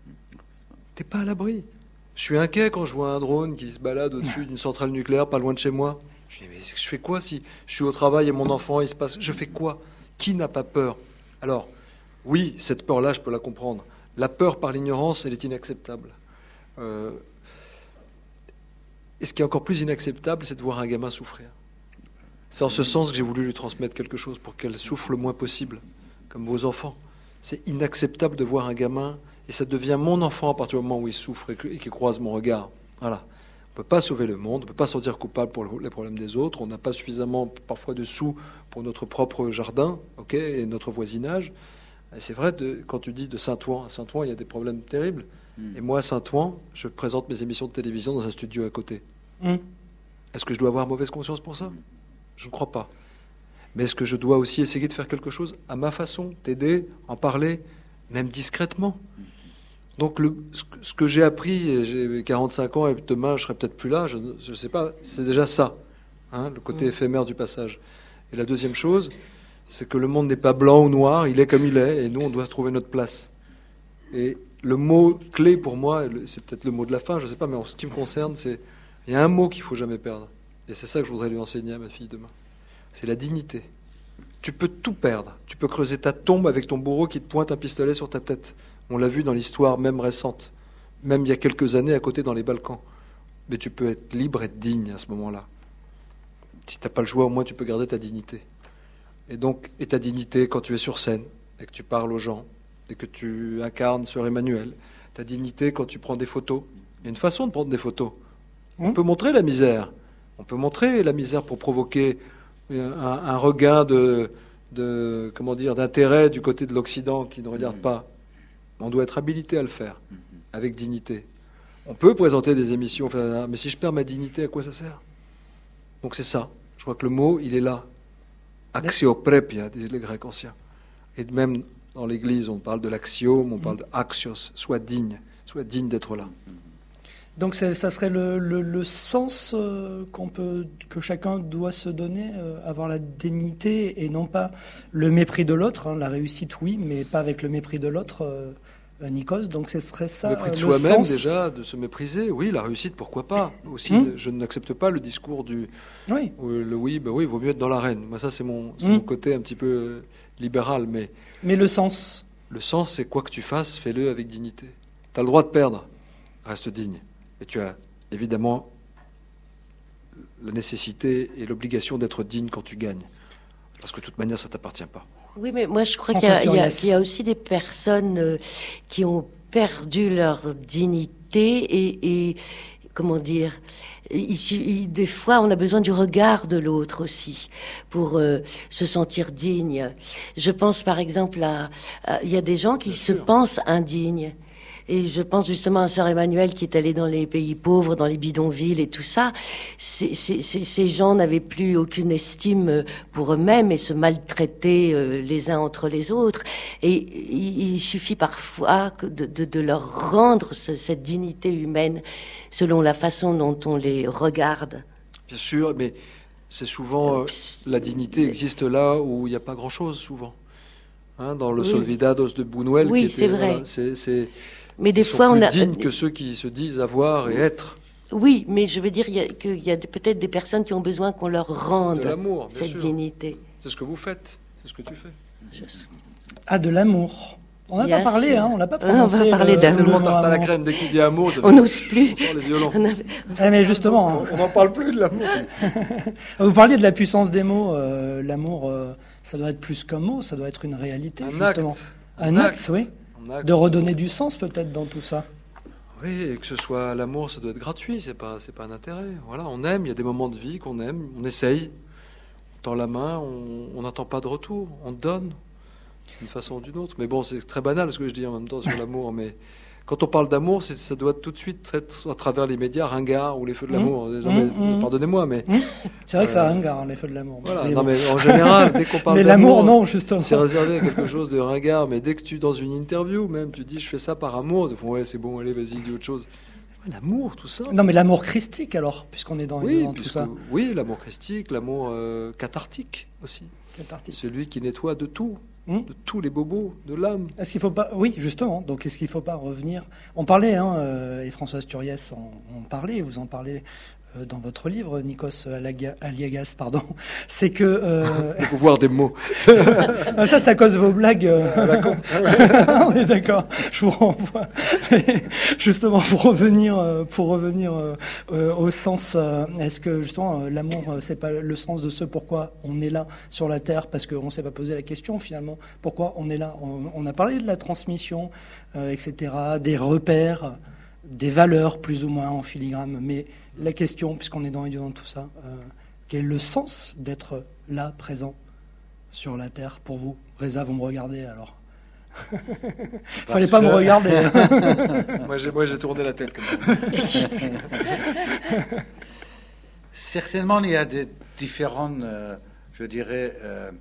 T'es pas à l'abri. Je suis inquiet quand je vois un drone qui se balade au-dessus d'une centrale nucléaire pas loin de chez moi. Je me dis, mais je fais quoi si je suis au travail et mon enfant, il se passe... Je fais quoi? Qui n'a pas peur? Alors, oui, cette peur-là, je peux la comprendre. La peur par l'ignorance, elle est inacceptable. Euh, Et ce qui est encore plus inacceptable, c'est de voir un gamin souffrir. C'est en ce sens que j'ai voulu lui transmettre quelque chose pour qu'elle souffre le moins possible, comme vos enfants. C'est inacceptable de voir un gamin, et ça devient mon enfant à partir du moment où il souffre et que- et qu'il croise mon regard. Voilà. On ne peut pas sauver le monde, on ne peut pas se sentir coupable pour le- les problèmes des autres, on n'a pas suffisamment parfois de sous pour notre propre jardin, ok, et notre voisinage. Et c'est vrai, de, quand tu dis de Saint-Ouen, à Saint-Ouen, il y a des problèmes terribles. Et moi, à Saint-Ouen, je présente mes émissions de télévision dans un studio à côté. Mmh. Est-ce que je dois avoir mauvaise conscience pour ça? Je ne crois pas. Mais est-ce que je dois aussi essayer de faire quelque chose à ma façon, t'aider, en parler, même discrètement? Donc le, ce que- ce que j'ai appris, j'ai quarante-cinq ans et demain je serai peut-être plus là, je ne sais pas, c'est déjà ça, hein, le côté éphémère du passage. Et la deuxième chose, c'est que le monde n'est pas blanc ou noir, il est comme il est, et nous on doit trouver notre place. Et le mot clé pour moi, et le- c'est peut-être le mot de la fin, je ne sais pas, mais en ce qui me concerne, c'est il y a un mot qu'il faut jamais perdre. Et c'est ça que je voudrais lui enseigner à ma fille demain. C'est la dignité. Tu peux tout perdre. Tu peux creuser ta tombe avec ton bourreau qui te pointe un pistolet sur ta tête. On l'a vu dans l'histoire même récente, même il y a quelques années à côté dans les Balkans. Mais tu peux être libre et digne à ce moment-là. Si tu n'as pas le choix, au moins tu peux garder ta dignité. Et donc, et ta dignité quand tu es sur scène et que tu parles aux gens et que tu incarnes Sœur Emmanuel. Ta dignité quand tu prends des photos. Il y a une façon de prendre des photos. On peut montrer la misère. On peut montrer la misère pour provoquer un, un regain de, de comment dire, d'intérêt du côté de l'Occident qui ne regarde pas. On doit être habilité à le faire, avec dignité. On peut présenter des émissions, enfin, mais si je perds ma dignité, à quoi ça sert? Donc c'est ça. Je crois que le mot, il est là. Axioprepia, disaient les Grecs anciens. Et même dans l'Église, on parle de l'axiome, on parle de axios, sois digne, sois digne d'être là. Donc c'est- ça serait le, le- le sens euh, qu'on peut, que chacun doit se donner, euh, avoir la dignité et non pas le mépris de l'autre. hein. La réussite, oui, mais pas avec le mépris de l'autre, euh, euh, Nikos. Donc ce serait ça. Le mépris de euh, le soi-même, sens. déjà, de se mépriser. Oui, la réussite, pourquoi pas. Aussi, Hum. je n'accepte pas le discours du Oui. où le oui, ben oui, il vaut mieux être dans l'arène. Moi, ça, c'est mon, c'est Hum. mon côté un petit peu euh, libéral. Mais Mais le sens. le sens, c'est quoi que tu fasses, fais-le avec dignité. Tu as le droit de perdre, reste digne. Et tu as évidemment la nécessité et l'obligation d'être digne quand tu gagnes. Parce que de toute manière, ça ne t'appartient pas. Oui, mais moi je crois qu'il y, a, il y, a, qu'il y a aussi des personnes euh, qui ont perdu leur dignité et, et comment dire, il, il, des fois on a besoin du regard de l'autre aussi pour euh, se sentir digne. Je pense par exemple à, à il y a des gens qui Bien se sûr. pensent indignes. Et je pense justement à Sœur Emmanuelle qui est allée dans les pays pauvres, dans les bidonvilles et tout ça. Ces, ces, ces gens n'avaient plus aucune estime pour eux-mêmes et se maltraitaient les uns entre les autres. Et il suffit parfois de, de, de leur rendre ce, cette dignité humaine selon la façon dont on les regarde. Bien sûr, mais c'est souvent... Euh, la dignité existe là où il n'y a pas grand-chose, souvent. Hein, dans le oui. Solvidados de Buñuel. Oui, qui était, c'est vrai. Voilà, c'est, c'est, mais des ils fois, sont plus on a dignes que ceux qui se disent avoir et être. Oui, mais je veux dire il y a, qu'il y a peut-être des personnes qui ont besoin qu'on leur rende de l'amour, bien cette sûr. dignité. C'est ce que vous faites, c'est ce que tu fais. Je... Ah, de l'amour. On n'a pas parlé, hein, on n'a pas prononcé. On va parler euh, d'amour. C'est tellement tarte à la crème, dès que tu dis amour, ça on n'ose plus. On sort les violons. On avait... ah, mais justement, on n'en parle plus de l'amour. Vous parliez de la puissance des mots. Euh, l'amour, euh, ça doit être plus qu'un mot, ça doit être une réalité, un justement. Acte. Un, un acte, acte, oui. Un acte. De redonner du sens, peut-être, dans tout ça. Oui, et que ce soit l'amour, ça doit être gratuit, c'est pas, c'est pas un intérêt. Voilà, on aime, il y a des moments de vie qu'on aime, on essaye, on tend la main, on n'attend pas de retour, on donne d'une façon ou d'une autre. Mais bon, c'est très banal ce que je dis en même temps sur l'amour, mais quand on parle d'amour, c'est, ça doit tout de suite être à travers les médias ringard ou les feux de l'amour. Mmh, mais, mmh, pardonnez-moi, mais... Mmh. C'est vrai que ça ringard, les feux de l'amour. Voilà, mais non, bon. mais en général, dès qu'on parle mais d'amour... l'amour, non, justement. C'est réservé à quelque chose de ringard, mais dès que tu, dans une interview même, tu dis « je fais ça par amour », tu dis « ouais, c'est bon, allez, vas-y, dis autre chose ». L'amour, tout ça. Non, mais l'amour christique, alors, puisqu'on est dans, oui, dans tout ça. Oui, l'amour christique, l'amour euh, cathartique aussi. Cathartique. Celui qui nettoie de tout. Hum? De tous les bobos de l'âme. Est-ce qu'il faut pas, oui, justement. Donc, est-ce qu'il ne faut pas revenir On parlait, hein, euh, et Françoise Turiès en, en parlait, vous en parlez euh, dans votre livre, Nikos Aliagas, pardon. C'est que euh... le pouvoir des mots. Ça, c'est à cause de vos blagues. Euh... On est d'accord. Je vous renvoie. Justement, pour revenir, pour revenir euh, au sens. Euh, est-ce que justement, euh, l'amour, c'est pas le sens de ce pourquoi on est là sur la terre, parce qu'on ne s'est pas posé la question finalement. Pourquoi on est là? on, on a parlé de la transmission, euh, et cetera, des repères, des valeurs plus ou moins en filigrane. Mais la question, puisqu'on est dans, dans tout ça, euh, quel est le sens d'être là, présent sur la terre pour vous? Reza, vous me regardez alors. Fallait pas que... me regarder. moi, j'ai, moi, j'ai tourné la tête comme ça. Certainement, il y a des différentes, euh, je dirais, euh,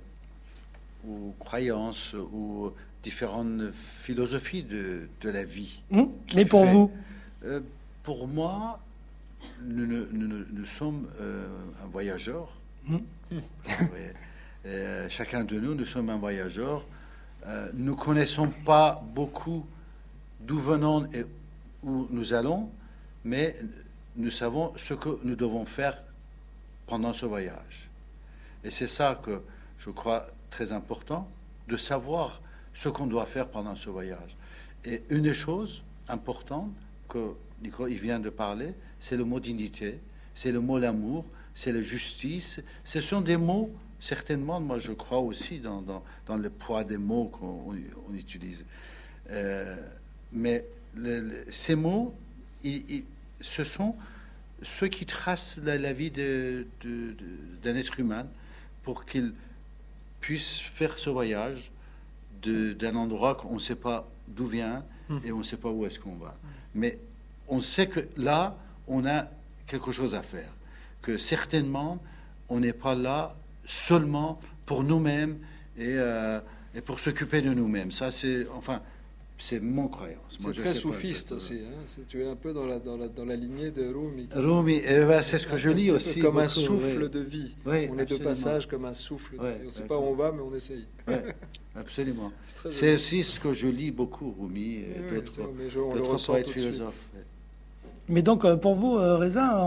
ou croyances ou différentes philosophies de, de la vie. Mmh. Mais pour fait, vous euh, Pour moi, nous, nous, nous, nous sommes euh, un voyageur. Mmh. Ouais. Euh, chacun de nous, nous sommes un voyageur. Euh, nous ne connaissons pas beaucoup d'où venons et où nous allons, mais nous savons ce que nous devons faire pendant ce voyage. Et c'est ça que je crois très important, de savoir ce qu'on doit faire pendant ce voyage. Et une des choses importantes que Nico il vient de parler, c'est le mot dignité, c'est le mot l'amour, c'est la justice. Ce sont des mots, certainement, moi je crois aussi dans, dans, dans le poids des mots qu'on on utilise. Euh, mais le, le, ces mots, ils, ils, ce sont ceux qui tracent la, la vie de, de, de, d'un être humain pour qu'il puisse faire ce voyage de, d'un endroit qu'on ne sait pas d'où vient et on ne sait pas où est-ce qu'on va. Mais on sait que là, on a quelque chose à faire. Que certainement, on n'est pas là seulement pour nous-mêmes et, euh, et pour s'occuper de nous-mêmes. Ça, c'est, enfin, c'est mon croyance. C'est Moi, très soufiste pas, aussi. Hein. C'est, tu es un peu dans la, dans la, dans la lignée de Rumi. Rumi, eh ben, c'est ce que je lis aussi. Comme beaucoup, un souffle oui. de vie. Oui, on est absolument. de passage comme un souffle. Oui, on ne sait pas où on va, mais on essaye. Oui, absolument. C'est, c'est aussi ce que je lis beaucoup, Rumi et oui, d'autres, d'autres poètes philosophes. Oui. Mais donc, pour vous, Reza,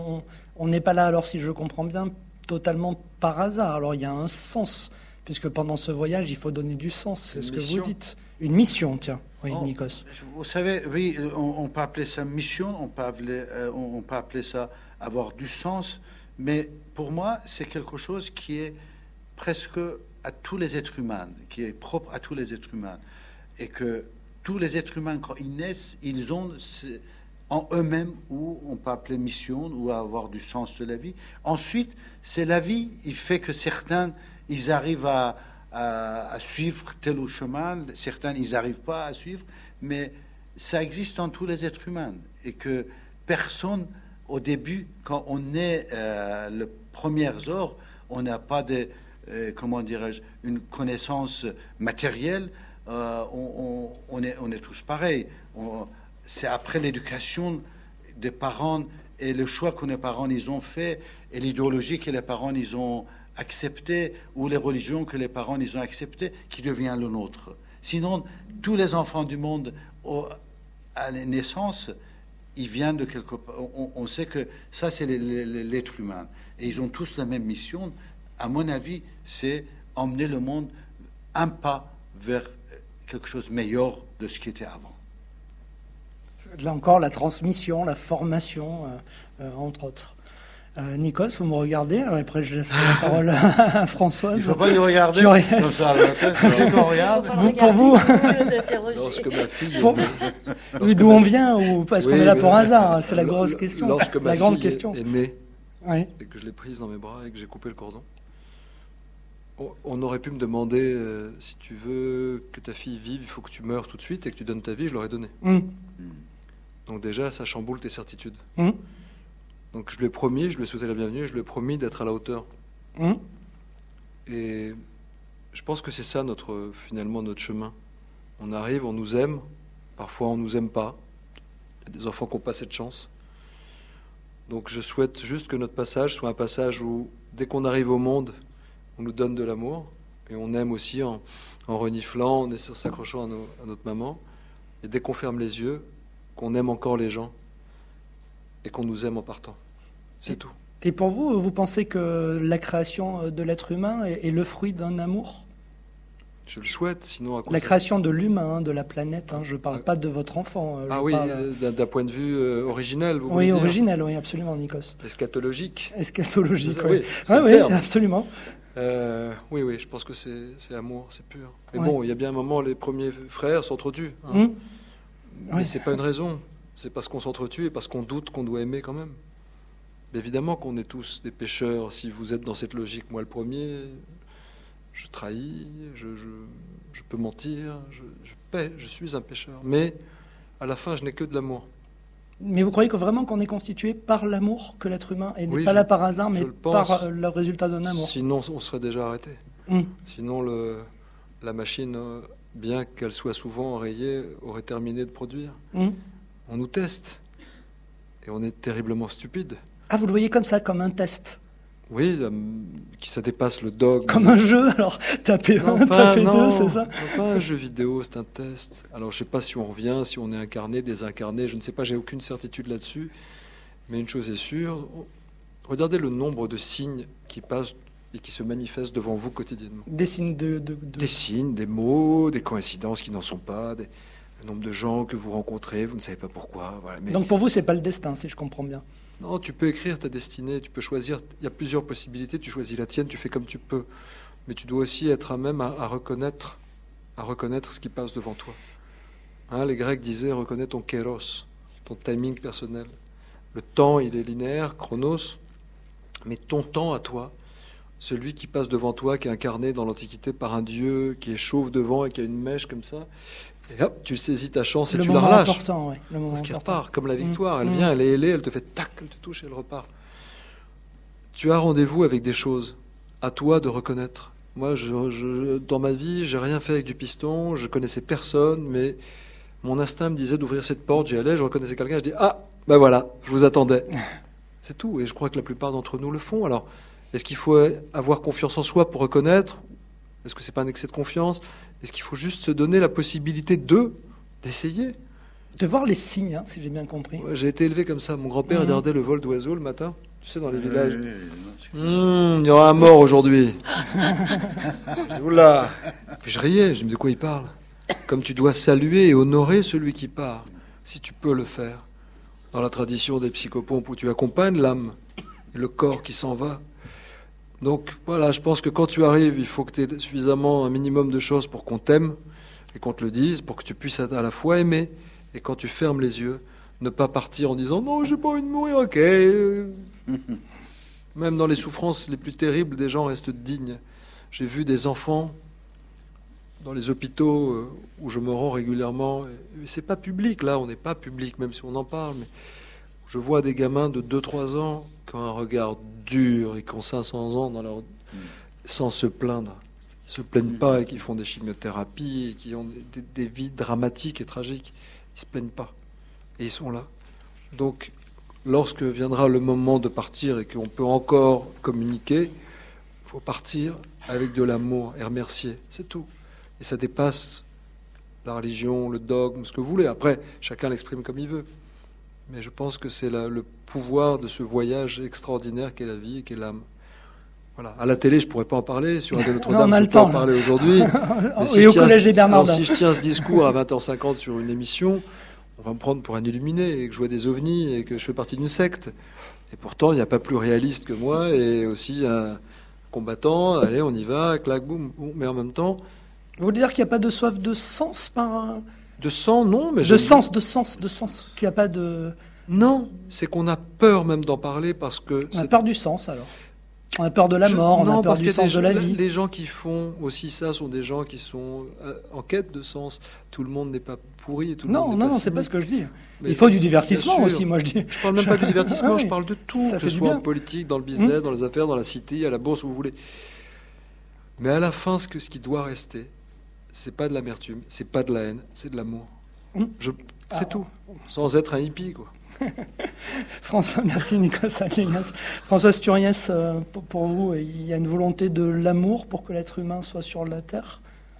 on n'est pas là, alors si je comprends bien, totalement par hasard. Alors, il y a un sens, puisque pendant ce voyage, il faut donner du sens. C'est, c'est ce mission. Que vous dites. Une mission, tiens. Oui, oh, Nikos. Vous savez, oui, on, on peut appeler ça mission, on peut appeler, euh, on, on peut appeler ça avoir du sens, mais pour moi, c'est quelque chose qui est presque à tous les êtres humains, qui est propre à tous les êtres humains, et que tous les êtres humains, quand ils naissent, ils ont en eux-mêmes, ou on peut appeler mission, ou avoir du sens de la vie. Ensuite, c'est la vie, il fait que certains, ils arrivent à, à, à suivre tel ou chemin, certains, ils n'arrivent pas à suivre, mais ça existe en tous les êtres humains, et que personne, au début, quand on est euh, le premier heure, on n'a pas de, euh, comment dirais-je, une connaissance matérielle, euh, on, on, on, est, on est tous pareils. On, c'est après l'éducation des parents et le choix que les parents ils ont fait et l'idéologie que les parents ils ont acceptée ou les religions que les parents ils ont acceptées qui devient le nôtre. Sinon, tous les enfants du monde, au, à la naissance, ils viennent de quelque part. On, on sait que ça, c'est l'être humain. Et ils ont tous la même mission. À mon avis, c'est emmener le monde un pas vers quelque chose de meilleur de ce qui était avant. Là encore, la transmission, la formation, euh, euh, entre autres. Euh, Nikos, vous me regardez, après je laisse la parole à Françoise. Il ne faut pas lui regarder comme ça. On regarde. Vous, pour vous, lorsque ma fille, pour... lorsque d'où ma... on vient ou parce oui, qu'on est là mais... pour hasard, c'est la grosse question. Lorsque ma la grande fille question. est née oui. et que je l'ai prise dans mes bras et que j'ai coupé le cordon, on aurait pu me demander euh, si tu veux que ta fille vive, il faut que tu meurs tout de suite et que tu donnes ta vie. Je l'aurais donné. Mm. Donc déjà, ça chamboule tes certitudes. Mm. Donc je lui ai promis, je lui ai souhaité la bienvenue, je lui ai promis d'être à la hauteur. Mm. Et je pense que c'est ça notre, finalement notre chemin. On arrive, on nous aime, parfois on nous aime pas. Il y a des enfants qui n'ont pas cette chance. Donc je souhaite juste que notre passage soit un passage où, dès qu'on arrive au monde, on nous donne de l'amour et on aime aussi en, en reniflant, en s'accrochant à, nos, à notre maman. Et dès qu'on ferme les yeux, qu'on aime encore les gens et qu'on nous aime en partant. C'est et, tout. Et pour vous, vous pensez que la création de l'être humain est, est le fruit d'un amour ? Je le souhaite, sinon à quoi La ça création de l'humain, de la planète, hein, je ne parle pas de votre enfant. Ah je oui, parle... d'un, d'un point de vue euh, originel, vous Oui, voulez originel, oui, absolument, Nikos. Eschatologique. Eschatologique, oui. Oui, oui, absolument. Euh, oui, oui, je pense que c'est, c'est amour, c'est pur. Mais ouais. bon, il y a bien un moment, les premiers frères s'entretuent. Hein. Mmh. Mais oui. c'est pas une raison. C'est parce qu'on s'entretue et parce qu'on doute qu'on doit aimer quand même. Mais évidemment qu'on est tous des pécheurs. Si vous êtes dans cette logique, moi le premier, je trahis, je, je, je peux mentir, je, je paie, je suis un pécheur. Mais à la fin, je n'ai que de l'amour. Mais vous croyez que vraiment qu'on est constitué par l'amour, que l'être humain n'est oui, pas je, là par hasard, mais le par euh, le résultat d'un amour? Sinon, on serait déjà arrêté. Mmh. Sinon, le, la machine, bien qu'elle soit souvent enrayée, aurait terminé de produire. Mmh. On nous teste. Et on est terriblement stupide. Ah, vous le voyez comme ça, comme un test? Oui, euh, qui ça dépasse le dogme. Comme un jeu, alors taper non, un, pas, taper non, deux, c'est ça? Non, pas un jeu vidéo, c'est un test. Alors je ne sais pas si on revient, si on est incarné, désincarné, je ne sais pas, j'ai aucune certitude là-dessus. Mais une chose est sûre, regardez le nombre de signes qui passent et qui se manifestent devant vous quotidiennement. Des signes de... de, de... Des signes, des mots, des coïncidences qui n'en sont pas, des, le nombre de gens que vous rencontrez, vous ne savez pas pourquoi. Voilà. Mais... Donc pour vous, c'est pas le destin, si je comprends bien. Non, tu peux écrire ta destinée, tu peux choisir, il y a plusieurs possibilités, tu choisis la tienne, tu fais comme tu peux. Mais tu dois aussi être à même à, à, reconnaître, à reconnaître ce qui passe devant toi. Hein, les Grecs disaient, reconnais ton kéros, ton timing personnel. Le temps, il est linéaire, chronos, mais ton temps à toi, celui qui passe devant toi, qui est incarné dans l'Antiquité par un dieu, qui est chauve devant et qui a une mèche comme ça, et hop, tu saisis ta chance et le tu la moment relâches. Important, ouais. Le moment Parce qu'il important. repart, comme la victoire. Mmh. Elle vient, elle est ailée, elle te fait tac, elle te touche et elle repart. Tu as rendez-vous avec des choses. À toi de reconnaître. Moi, je, je, dans ma vie, j'ai rien fait avec du piston, je connaissais personne, mais mon instinct me disait d'ouvrir cette porte, j'y allais, je reconnaissais quelqu'un, je dis ah, ben voilà, je vous attendais. C'est tout, et je crois que la plupart d'entre nous le font. Alors, est-ce qu'il faut avoir confiance en soi pour reconnaître? Est-ce que c'est pas un excès de confiance? Est-ce qu'il faut juste se donner la possibilité de, d'essayer? De voir les signes, hein, si j'ai bien compris. Ouais, j'ai été élevé comme ça. Mon grand-père mmh. regardait le vol d'oiseaux le matin. Tu sais, dans les villages. Oui, oui, mmh, il y aura un mort aujourd'hui. Je dis, oula. Puis je riais. Je me dis, de quoi il parle? Comme tu dois saluer et honorer celui qui part, si tu peux le faire. Dans la tradition des psychopompes où tu accompagnes l'âme et le corps qui s'en va. Donc voilà, je pense que quand tu arrives, il faut que tu aies suffisamment un minimum de choses pour qu'on t'aime et qu'on te le dise, pour que tu puisses à la fois aimer. Et quand tu fermes les yeux, ne pas partir en disant non, j'ai pas envie de mourir, ok. Même dans les souffrances les plus terribles, des gens restent dignes. J'ai vu des enfants dans les hôpitaux où je me rends régulièrement. Et c'est pas public, là, on n'est pas public, même si on en parle. Mais je vois des gamins de deux trois ans qui ont un regard dur et qui ont cinq cents ans dans leur... sans se plaindre. Ils se plaignent pas et qui font des chimiothérapies et qui ont des, des vies dramatiques et tragiques. Ils se plaignent pas. Et ils sont là. Donc, lorsque viendra le moment de partir et qu'on peut encore communiquer, il faut partir avec de l'amour et remercier. C'est tout. Et ça dépasse la religion, le dogme, ce que vous voulez. Après, chacun l'exprime comme il veut. Mais je pense que c'est la, le pouvoir de ce voyage extraordinaire qu'est la vie et qu'est l'âme. Voilà. À la télé, je pourrais pas en parler. Sur Radio Notre-Dame, je peux en parler aujourd'hui. Si, et au collège des Bernardins. Si je tiens ce discours à vingt heures cinquante sur une émission, on va me prendre pour un illuminé et que je vois des ovnis et que je fais partie d'une secte. Et pourtant, il n'y a pas plus réaliste que moi et aussi un combattant. Allez, on y va, clac, boum, boum. Mais en même temps... Vous voulez dire qu'il n'y a pas de soif de sens par... De sang, non. Mais de sens, de sens, de sens. Qu'il n'y a pas de... Non, c'est qu'on a peur même d'en parler parce que... On a peur du sens, alors. On a peur de la mort, je, on non, a peur du sens de la vie. Les gens qui font aussi ça sont des gens qui sont en quête de sens. Tout le monde n'est pas pourri. Et tout le non, monde non, n'est non, pas c'est pas ce que je dis. Mais il faut du divertissement aussi, moi je dis. Je parle même pas du divertissement, ah oui. Je parle de tout, ça que ce soit en politique, dans le business, mmh. dans les affaires, dans la cité, à la bourse, où vous voulez. Mais à la fin, ce, que, ce qui doit rester, c'est pas de l'amertume, c'est pas de la haine, c'est de l'amour. Mmh. Je, c'est ah. tout, sans être un hippie, quoi. François, merci Nicolas Salinas. François Sturiès, euh, pour, pour vous, il y a une volonté de l'amour pour que l'être humain soit sur la Terre ?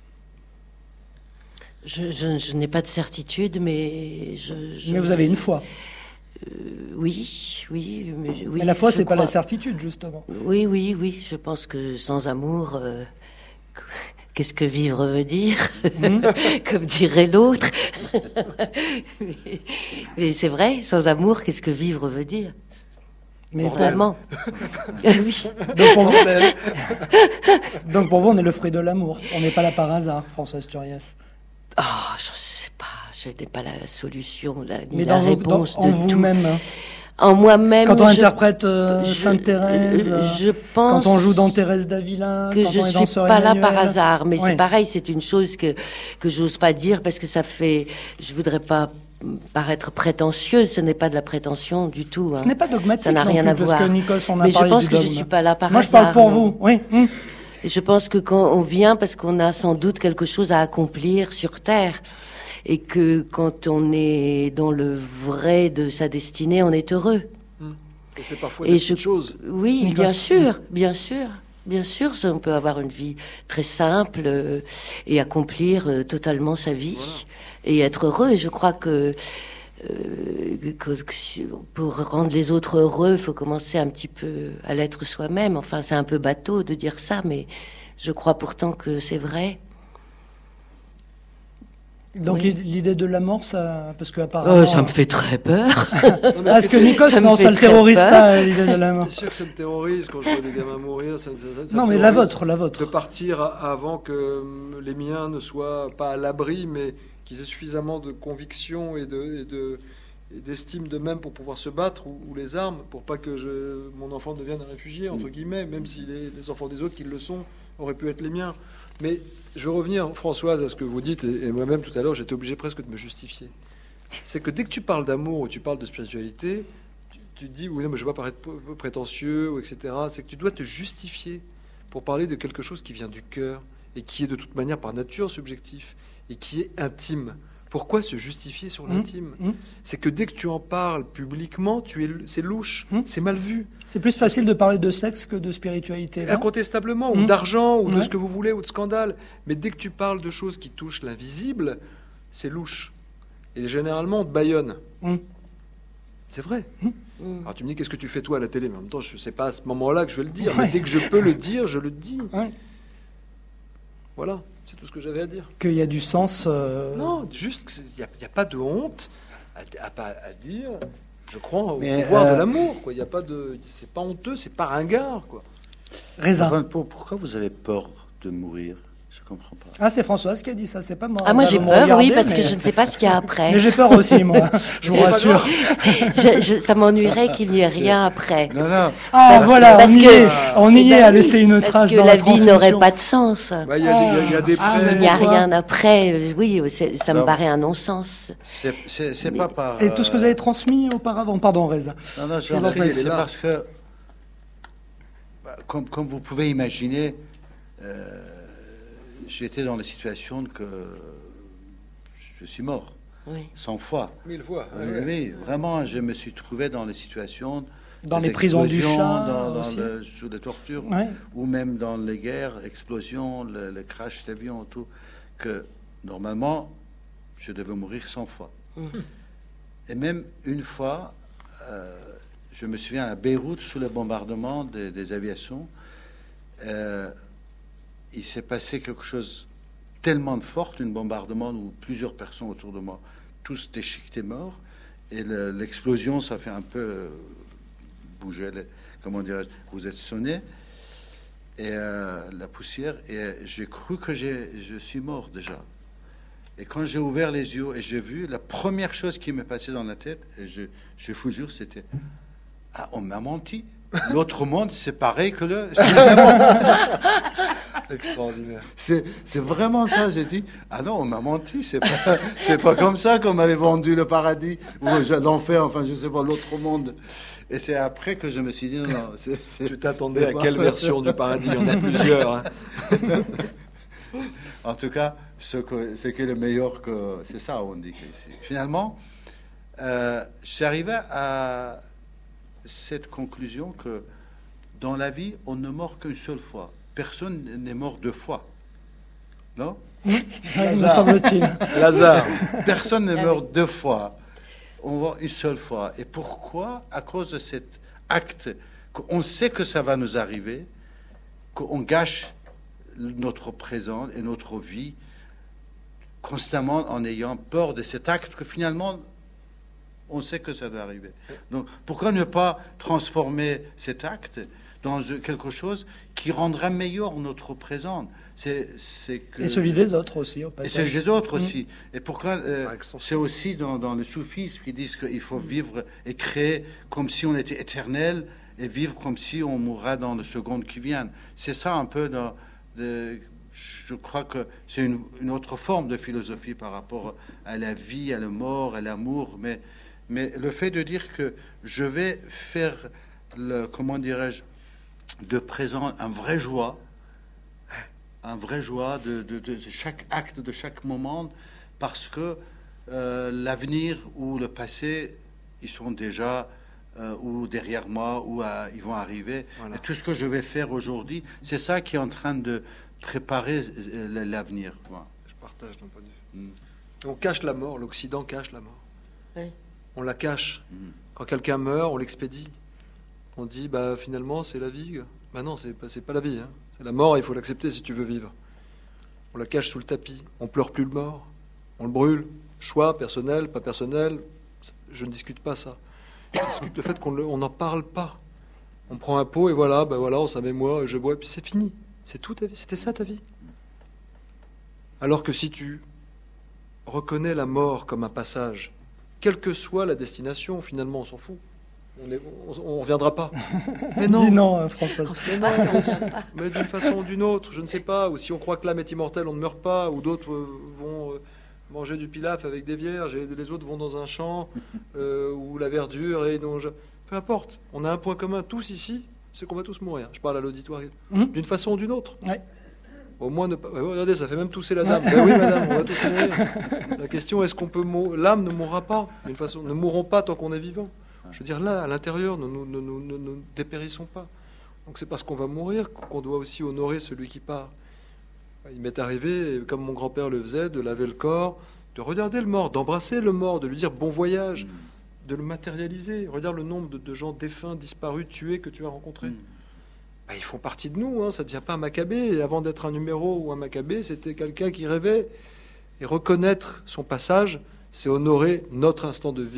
Je, je, je n'ai pas de certitude, mais je... je mais vous avez une foi ? euh, Oui, oui. Mais, oui, mais la foi, c'est crois... pas la certitude, justement. Oui, oui, oui. Je pense que sans amour... Euh... Qu'est-ce que vivre veut dire, mmh. comme dirait l'autre. mais, mais c'est vrai, sans amour, qu'est-ce que vivre veut dire? Mais vraiment. Oui. Donc pour, vous, Donc pour vous, on est le fruit de l'amour. On n'est pas là par hasard, François Sturiès. Oh, je sais pas. Je n'ai pas la solution, la, ni mais la dans réponse vos, dans, de en tout. Vous-même. En moi-même. Quand on je, interprète euh, je, Sainte Thérèse, je pense quand on joue dans Thérèse d'Avila, que quand je on est suis dans Sœur pas là Emmanuel. par hasard, mais oui. c'est pareil, c'est une chose que que j'ose pas dire parce que ça fait, je voudrais pas paraître prétentieuse, ce n'est pas de la prétention du tout. Hein. Ce n'est pas dogmatique, ça n'a rien non à plus, voir. Parce que Nikos, on a mais je parlé pense du que dogme. je suis pas là par Moi, hasard. Moi, je parle pour non. vous. Oui. Hum. Et je pense que quand on vient, parce qu'on a sans doute quelque chose à accomplir sur Terre, et que quand on est dans le vrai de sa destinée, on est heureux. Et c'est parfois des petites choses. Oui, Nikos. bien sûr, bien sûr. Bien sûr, on peut avoir une vie très simple euh, et accomplir euh, totalement sa vie voilà. et être heureux. Et je crois que, euh, que, que pour rendre les autres heureux, il faut commencer un petit peu à l'être soi-même. Enfin, c'est un peu bateau de dire ça, mais je crois pourtant que c'est vrai. Donc oui. l'idée de la mort, ça, parce que apparemment, euh, ça me fait très peur. Parce que, que Nikos, ça non, ça le terrorise peur. pas l'idée de la mort. C'est sûr que ça me terrorise quand je vois des gamins mourir. Ça, ça, ça non, mais la vôtre, la vôtre. De partir avant que les miens ne soient pas à l'abri, mais qu'ils aient suffisamment de conviction et de, et de et d'estime d'eux-mêmes pour pouvoir se battre, ou, ou les armes, pour pas que je, mon enfant devienne un réfugié entre guillemets, même si les, les enfants des autres qui le sont auraient pu être les miens. Mais je veux revenir, Françoise, à ce que vous dites, et moi-même tout à l'heure, j'étais obligé presque de me justifier. C'est que dès que tu parles d'amour ou tu parles de spiritualité, tu, tu te dis, oui, non, mais je ne veux pas paraître prétentieux, ou et cetera. C'est que tu dois te justifier pour parler de quelque chose qui vient du cœur, et qui est de toute manière par nature subjectif, et qui est intime. Pourquoi se justifier sur l'intime ? mmh, mmh. C'est que dès que tu en parles publiquement, tu es, c'est louche, mmh. c'est mal vu. C'est plus facile de parler de sexe que de spiritualité. Incontestablement, mmh. ou d'argent, ou ouais. de ce que vous voulez, ou de scandale. Mais dès que tu parles de choses qui touchent l'invisible, c'est louche. Et généralement, on te bâillonne. Mmh. C'est vrai. Mmh. Alors tu me dis, qu'est-ce que tu fais toi à la télé ? Mais en même temps, je ne sais pas à ce moment-là que je vais le dire. Ouais. Mais dès que je peux le dire, je le dis. Ouais. Voilà. C'est tout ce que j'avais à dire. Qu'il y a du sens... Euh... Non, juste qu'il n'y a, a pas de honte à, à, à dire, je crois, au Mais pouvoir euh... de l'amour. Il y a pas de, c'est pas honteux, c'est pas ringard. Quoi. Reza. Enfin, pour- pourquoi vous avez peur de mourir? Je comprends pas. Ah, c'est Françoise qui a dit ça, c'est pas moi. Ah, moi Reza, j'ai vous me peur, regardez, oui, parce mais- que je ne sais pas ce qu'il y a après. Mais j'ai peur aussi, moi. Je vous C'est pas rassure. Je- je- ça m'ennuierait qu'il n'y ait rien après. Non, non. Ah, Parce- voilà, parce on y que- est. On y Eh est ben à oui, laisser une parce trace que dans la la vie transmission. n'aurait pas de sens. Bah, Il y, a des- il y a- il y a des Ah, prêts. Il n'y a Pourquoi rien après. euh, Oui, c'est- ça me Non. paraît un non-sens. C'est, c'est, c'est pas par. Et tout ce que vous euh, avez transmis auparavant, pardon, Reza. Non, non, je Je vous vous en en prie, prie, il est c'est là. parce que, bah, comme, comme vous pouvez imaginer, euh, j'étais dans la situation que je suis mort, Oui. cent fois. Mille fois. Oui, oui, vraiment, je me suis trouvé dans les situations. Dans des les prisons du explosions, chat dans, dans aussi. le- sous les tortures, Ouais. ou même dans les guerres, explosions, le, le crash d'avion, tout, que normalement, je devais mourir cent fois. Et même une fois, euh, je me souviens à Beyrouth, sous le bombardement des, des aviations, euh, il s'est passé quelque chose tellement de fort, un bombardement où plusieurs personnes autour de moi, tous déchiquetés morts, et le- l'explosion, ça fait un peu euh, bouger, les- comment dirais-je, vous êtes sonné, et euh, la poussière, et j'ai cru que j'ai, je suis mort déjà. Et quand j'ai ouvert les yeux et j'ai vu, la première chose qui m'est passée dans la tête, et je, je vous jure, c'était ah, on m'a menti. L'autre monde, c'est pareil que le. C'est vraiment, Extraordinaire. c'est, c'est vraiment ça. J'ai dit ah non, on m'a menti. C'est pas, c'est pas comme ça qu'on m'avait vendu le paradis ou l'enfer. Enfin, je sais pas, l'autre monde. Et c'est après que je me suis dit non, non c'est, c'est- Tu t'attendais c'est à pas- quelle version du paradis? Il y en a plusieurs. Hein. En tout cas, ce que, ce qui est le meilleur, que c'est ça, on dit ici. Finalement, euh, je suis arrivé à cette conclusion que dans la vie, on ne meurt qu'une seule fois. Personne n'est mort deux fois. Non? Ouais, me semble-t-il. Lazare. Personne ne Ah meurt oui. deux fois. On meurt une seule fois. Et pourquoi? À cause de cet acte, qu'on sait que ça va nous arriver, qu'on gâche notre présent et notre vie constamment en ayant peur de cet acte que finalement on sait que ça va arriver. Donc pourquoi ne pas transformer cet acte dans quelque chose qui rendra meilleur notre présent? C'est, c'est que... Et celui des autres aussi, au Et passage. c'est les autres aussi. Et pourquoi euh, Par extension. c'est aussi dans, dans le soufisme qu'ils disent qu'il faut vivre et créer comme si on était éternel et vivre comme si on mourra dans les secondes qui viennent. C'est ça un peu dans, de, je crois que c'est une, une autre forme de philosophie par rapport à la vie, à la mort, à l'amour. Mais, mais le fait de dire que je vais faire, le, comment dirais-je, de présent un vrai joie, un vrai joie de, de, de chaque acte, de chaque moment, parce que euh, l'avenir ou le passé, ils sont déjà euh, ou derrière moi, ou à- ils vont arriver. Voilà. Et tout ce que je vais faire aujourd'hui, c'est ça qui est en train de préparer euh, l'avenir. Voilà. Je partage ton point de vue. Mm. On cache la mort, l'Occident cache la mort. Oui. On la cache. Mm. Quand quelqu'un meurt, on l'expédie. On dit, bah finalement, c'est la vie. Bah non, c'est pas, c'est pas la vie. Hein. C'est la mort, il faut l'accepter si tu veux vivre. On la cache sous le tapis. On pleure plus le mort. On le brûle. Choix personnel, pas personnel. Je ne discute pas ça. Je discute le fait qu'on le- on n'en parle pas. On prend un pot et voilà, bah voilà, on s'en met moi, je bois, et puis c'est fini. C'est tout ta vie. C'était ça ta vie. Alors que si tu reconnais la mort comme un passage, quelle que soit la destination, finalement, on s'en fout. On ne on, on reviendra pas. Mais Dis non, euh, Françoise. mais non, mais d'une façon ou d'une autre, je ne sais pas. Ou si on croit que l'âme est immortelle, on ne meurt pas. Ou d'autres euh, vont euh, manger du pilaf avec des vierges et les autres vont dans un champ euh, où la verdure et donc je- peu importe. On a un point commun tous ici, c'est qu'on va tous mourir. Je parle à l'auditoire. Mhm. D'une façon ou d'une autre. Ouais. Au moins ne pas. ouais, regardez, ça fait même tousser la dame. Ben oui, madame, on va tous mourir. La question est-ce qu'on peut mourir. L'âme ne mourra pas. D'une façon, ne mourront pas tant qu'on est vivant. Je veux dire, là, à l'intérieur, nous ne nous, nous, nous, nous dépérissons pas. Donc c'est parce qu'on va mourir qu'on doit aussi honorer celui qui part. Il m'est arrivé, comme mon grand-père le faisait, de laver le corps, de regarder le mort, d'embrasser le mort, de lui dire bon voyage, de le matérialiser. Regarde le nombre de, de gens défunts, disparus, tués que tu as rencontrés. Mm. Bah, ils font partie de nous, hein, ça ne devient pas un Maccabée. Et avant d'être un numéro ou un Maccabée, c'était quelqu'un qui rêvait. Et reconnaître son passage, c'est honorer notre instant de vie.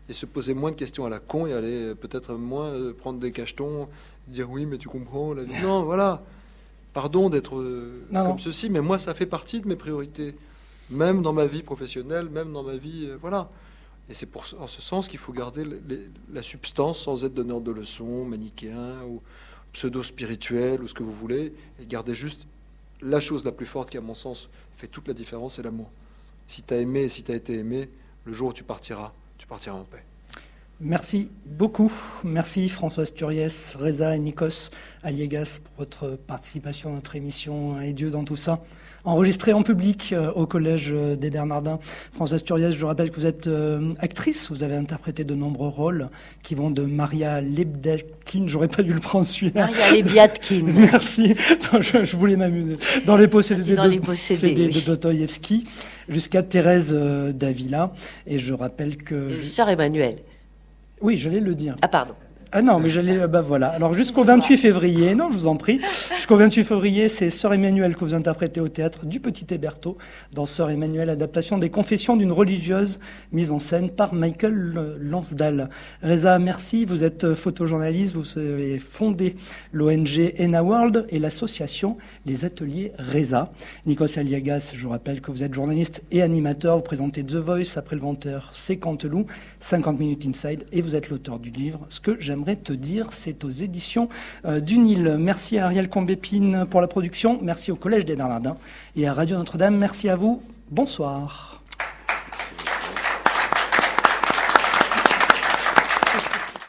et se poser moins de questions à la con et aller peut-être moins euh, prendre des cachetons, dire oui, mais tu comprends la vie. Non, voilà. Pardon d'être euh, Non, comme non. ceci, mais moi, ça fait partie de mes priorités. Même dans ma vie professionnelle, même dans ma vie, euh, voilà. Et c'est pour, en ce sens qu'il faut garder les- les- la substance sans être donneur de leçons, manichéen ou pseudo-spirituel ou ce que vous voulez, et garder juste la chose la plus forte qui, à mon sens, fait toute la différence, c'est l'amour. Si tu as aimé et si tu as été aimé, le jour où tu partiras, tu partiras en paix. Merci beaucoup. Merci Françoise Turiès, Reza et Nikos Aliagas pour votre participation à notre émission Et Dieu dans tout ça. Enregistré en public euh, au Collège euh, des Bernardins. Françoise Turiès, je rappelle que vous êtes euh, actrice. Vous avez interprété de nombreux rôles qui vont de Maria Lebdetkin. J'aurais pas dû le prendre celui-là. Maria Lebiatkin. Merci. Non, je, je voulais m'amuser. Dans les possédés, Merci, dans de, les possédés, possédés oui. de Dostoïevski jusqu'à Thérèse euh, d'Avila. Et je rappelle que... Et je- Sœur Emmanuel. Oui, j'allais le dire. Ah, pardon. Ah non, mais j'allais, bah voilà. Alors jusqu'au vingt-huit février, non, je vous en prie, jusqu'au vingt-huit février, c'est Sœur Emmanuel que vous interprétez au théâtre du Petit Hébertot, dans Sœur Emmanuel, adaptation des Confessions d'une religieuse, mise en scène par Michael Lansdal. Reza, merci, vous êtes photojournaliste, vous avez fondé l'O N G Enna World et l'association Les Ateliers Reza. Nikos Aliagas, je vous rappelle que vous êtes journaliste et animateur, vous présentez The Voice, après le venteur, c'est Canteloup, cinquante minutes inside, et vous êtes l'auteur du livre Ce que j'aimerais te dire, c'est aux éditions euh, du Nil. Merci à Ariel Combépine pour la production, merci au Collège des Bernardins et à Radio Notre-Dame, merci à vous, bonsoir.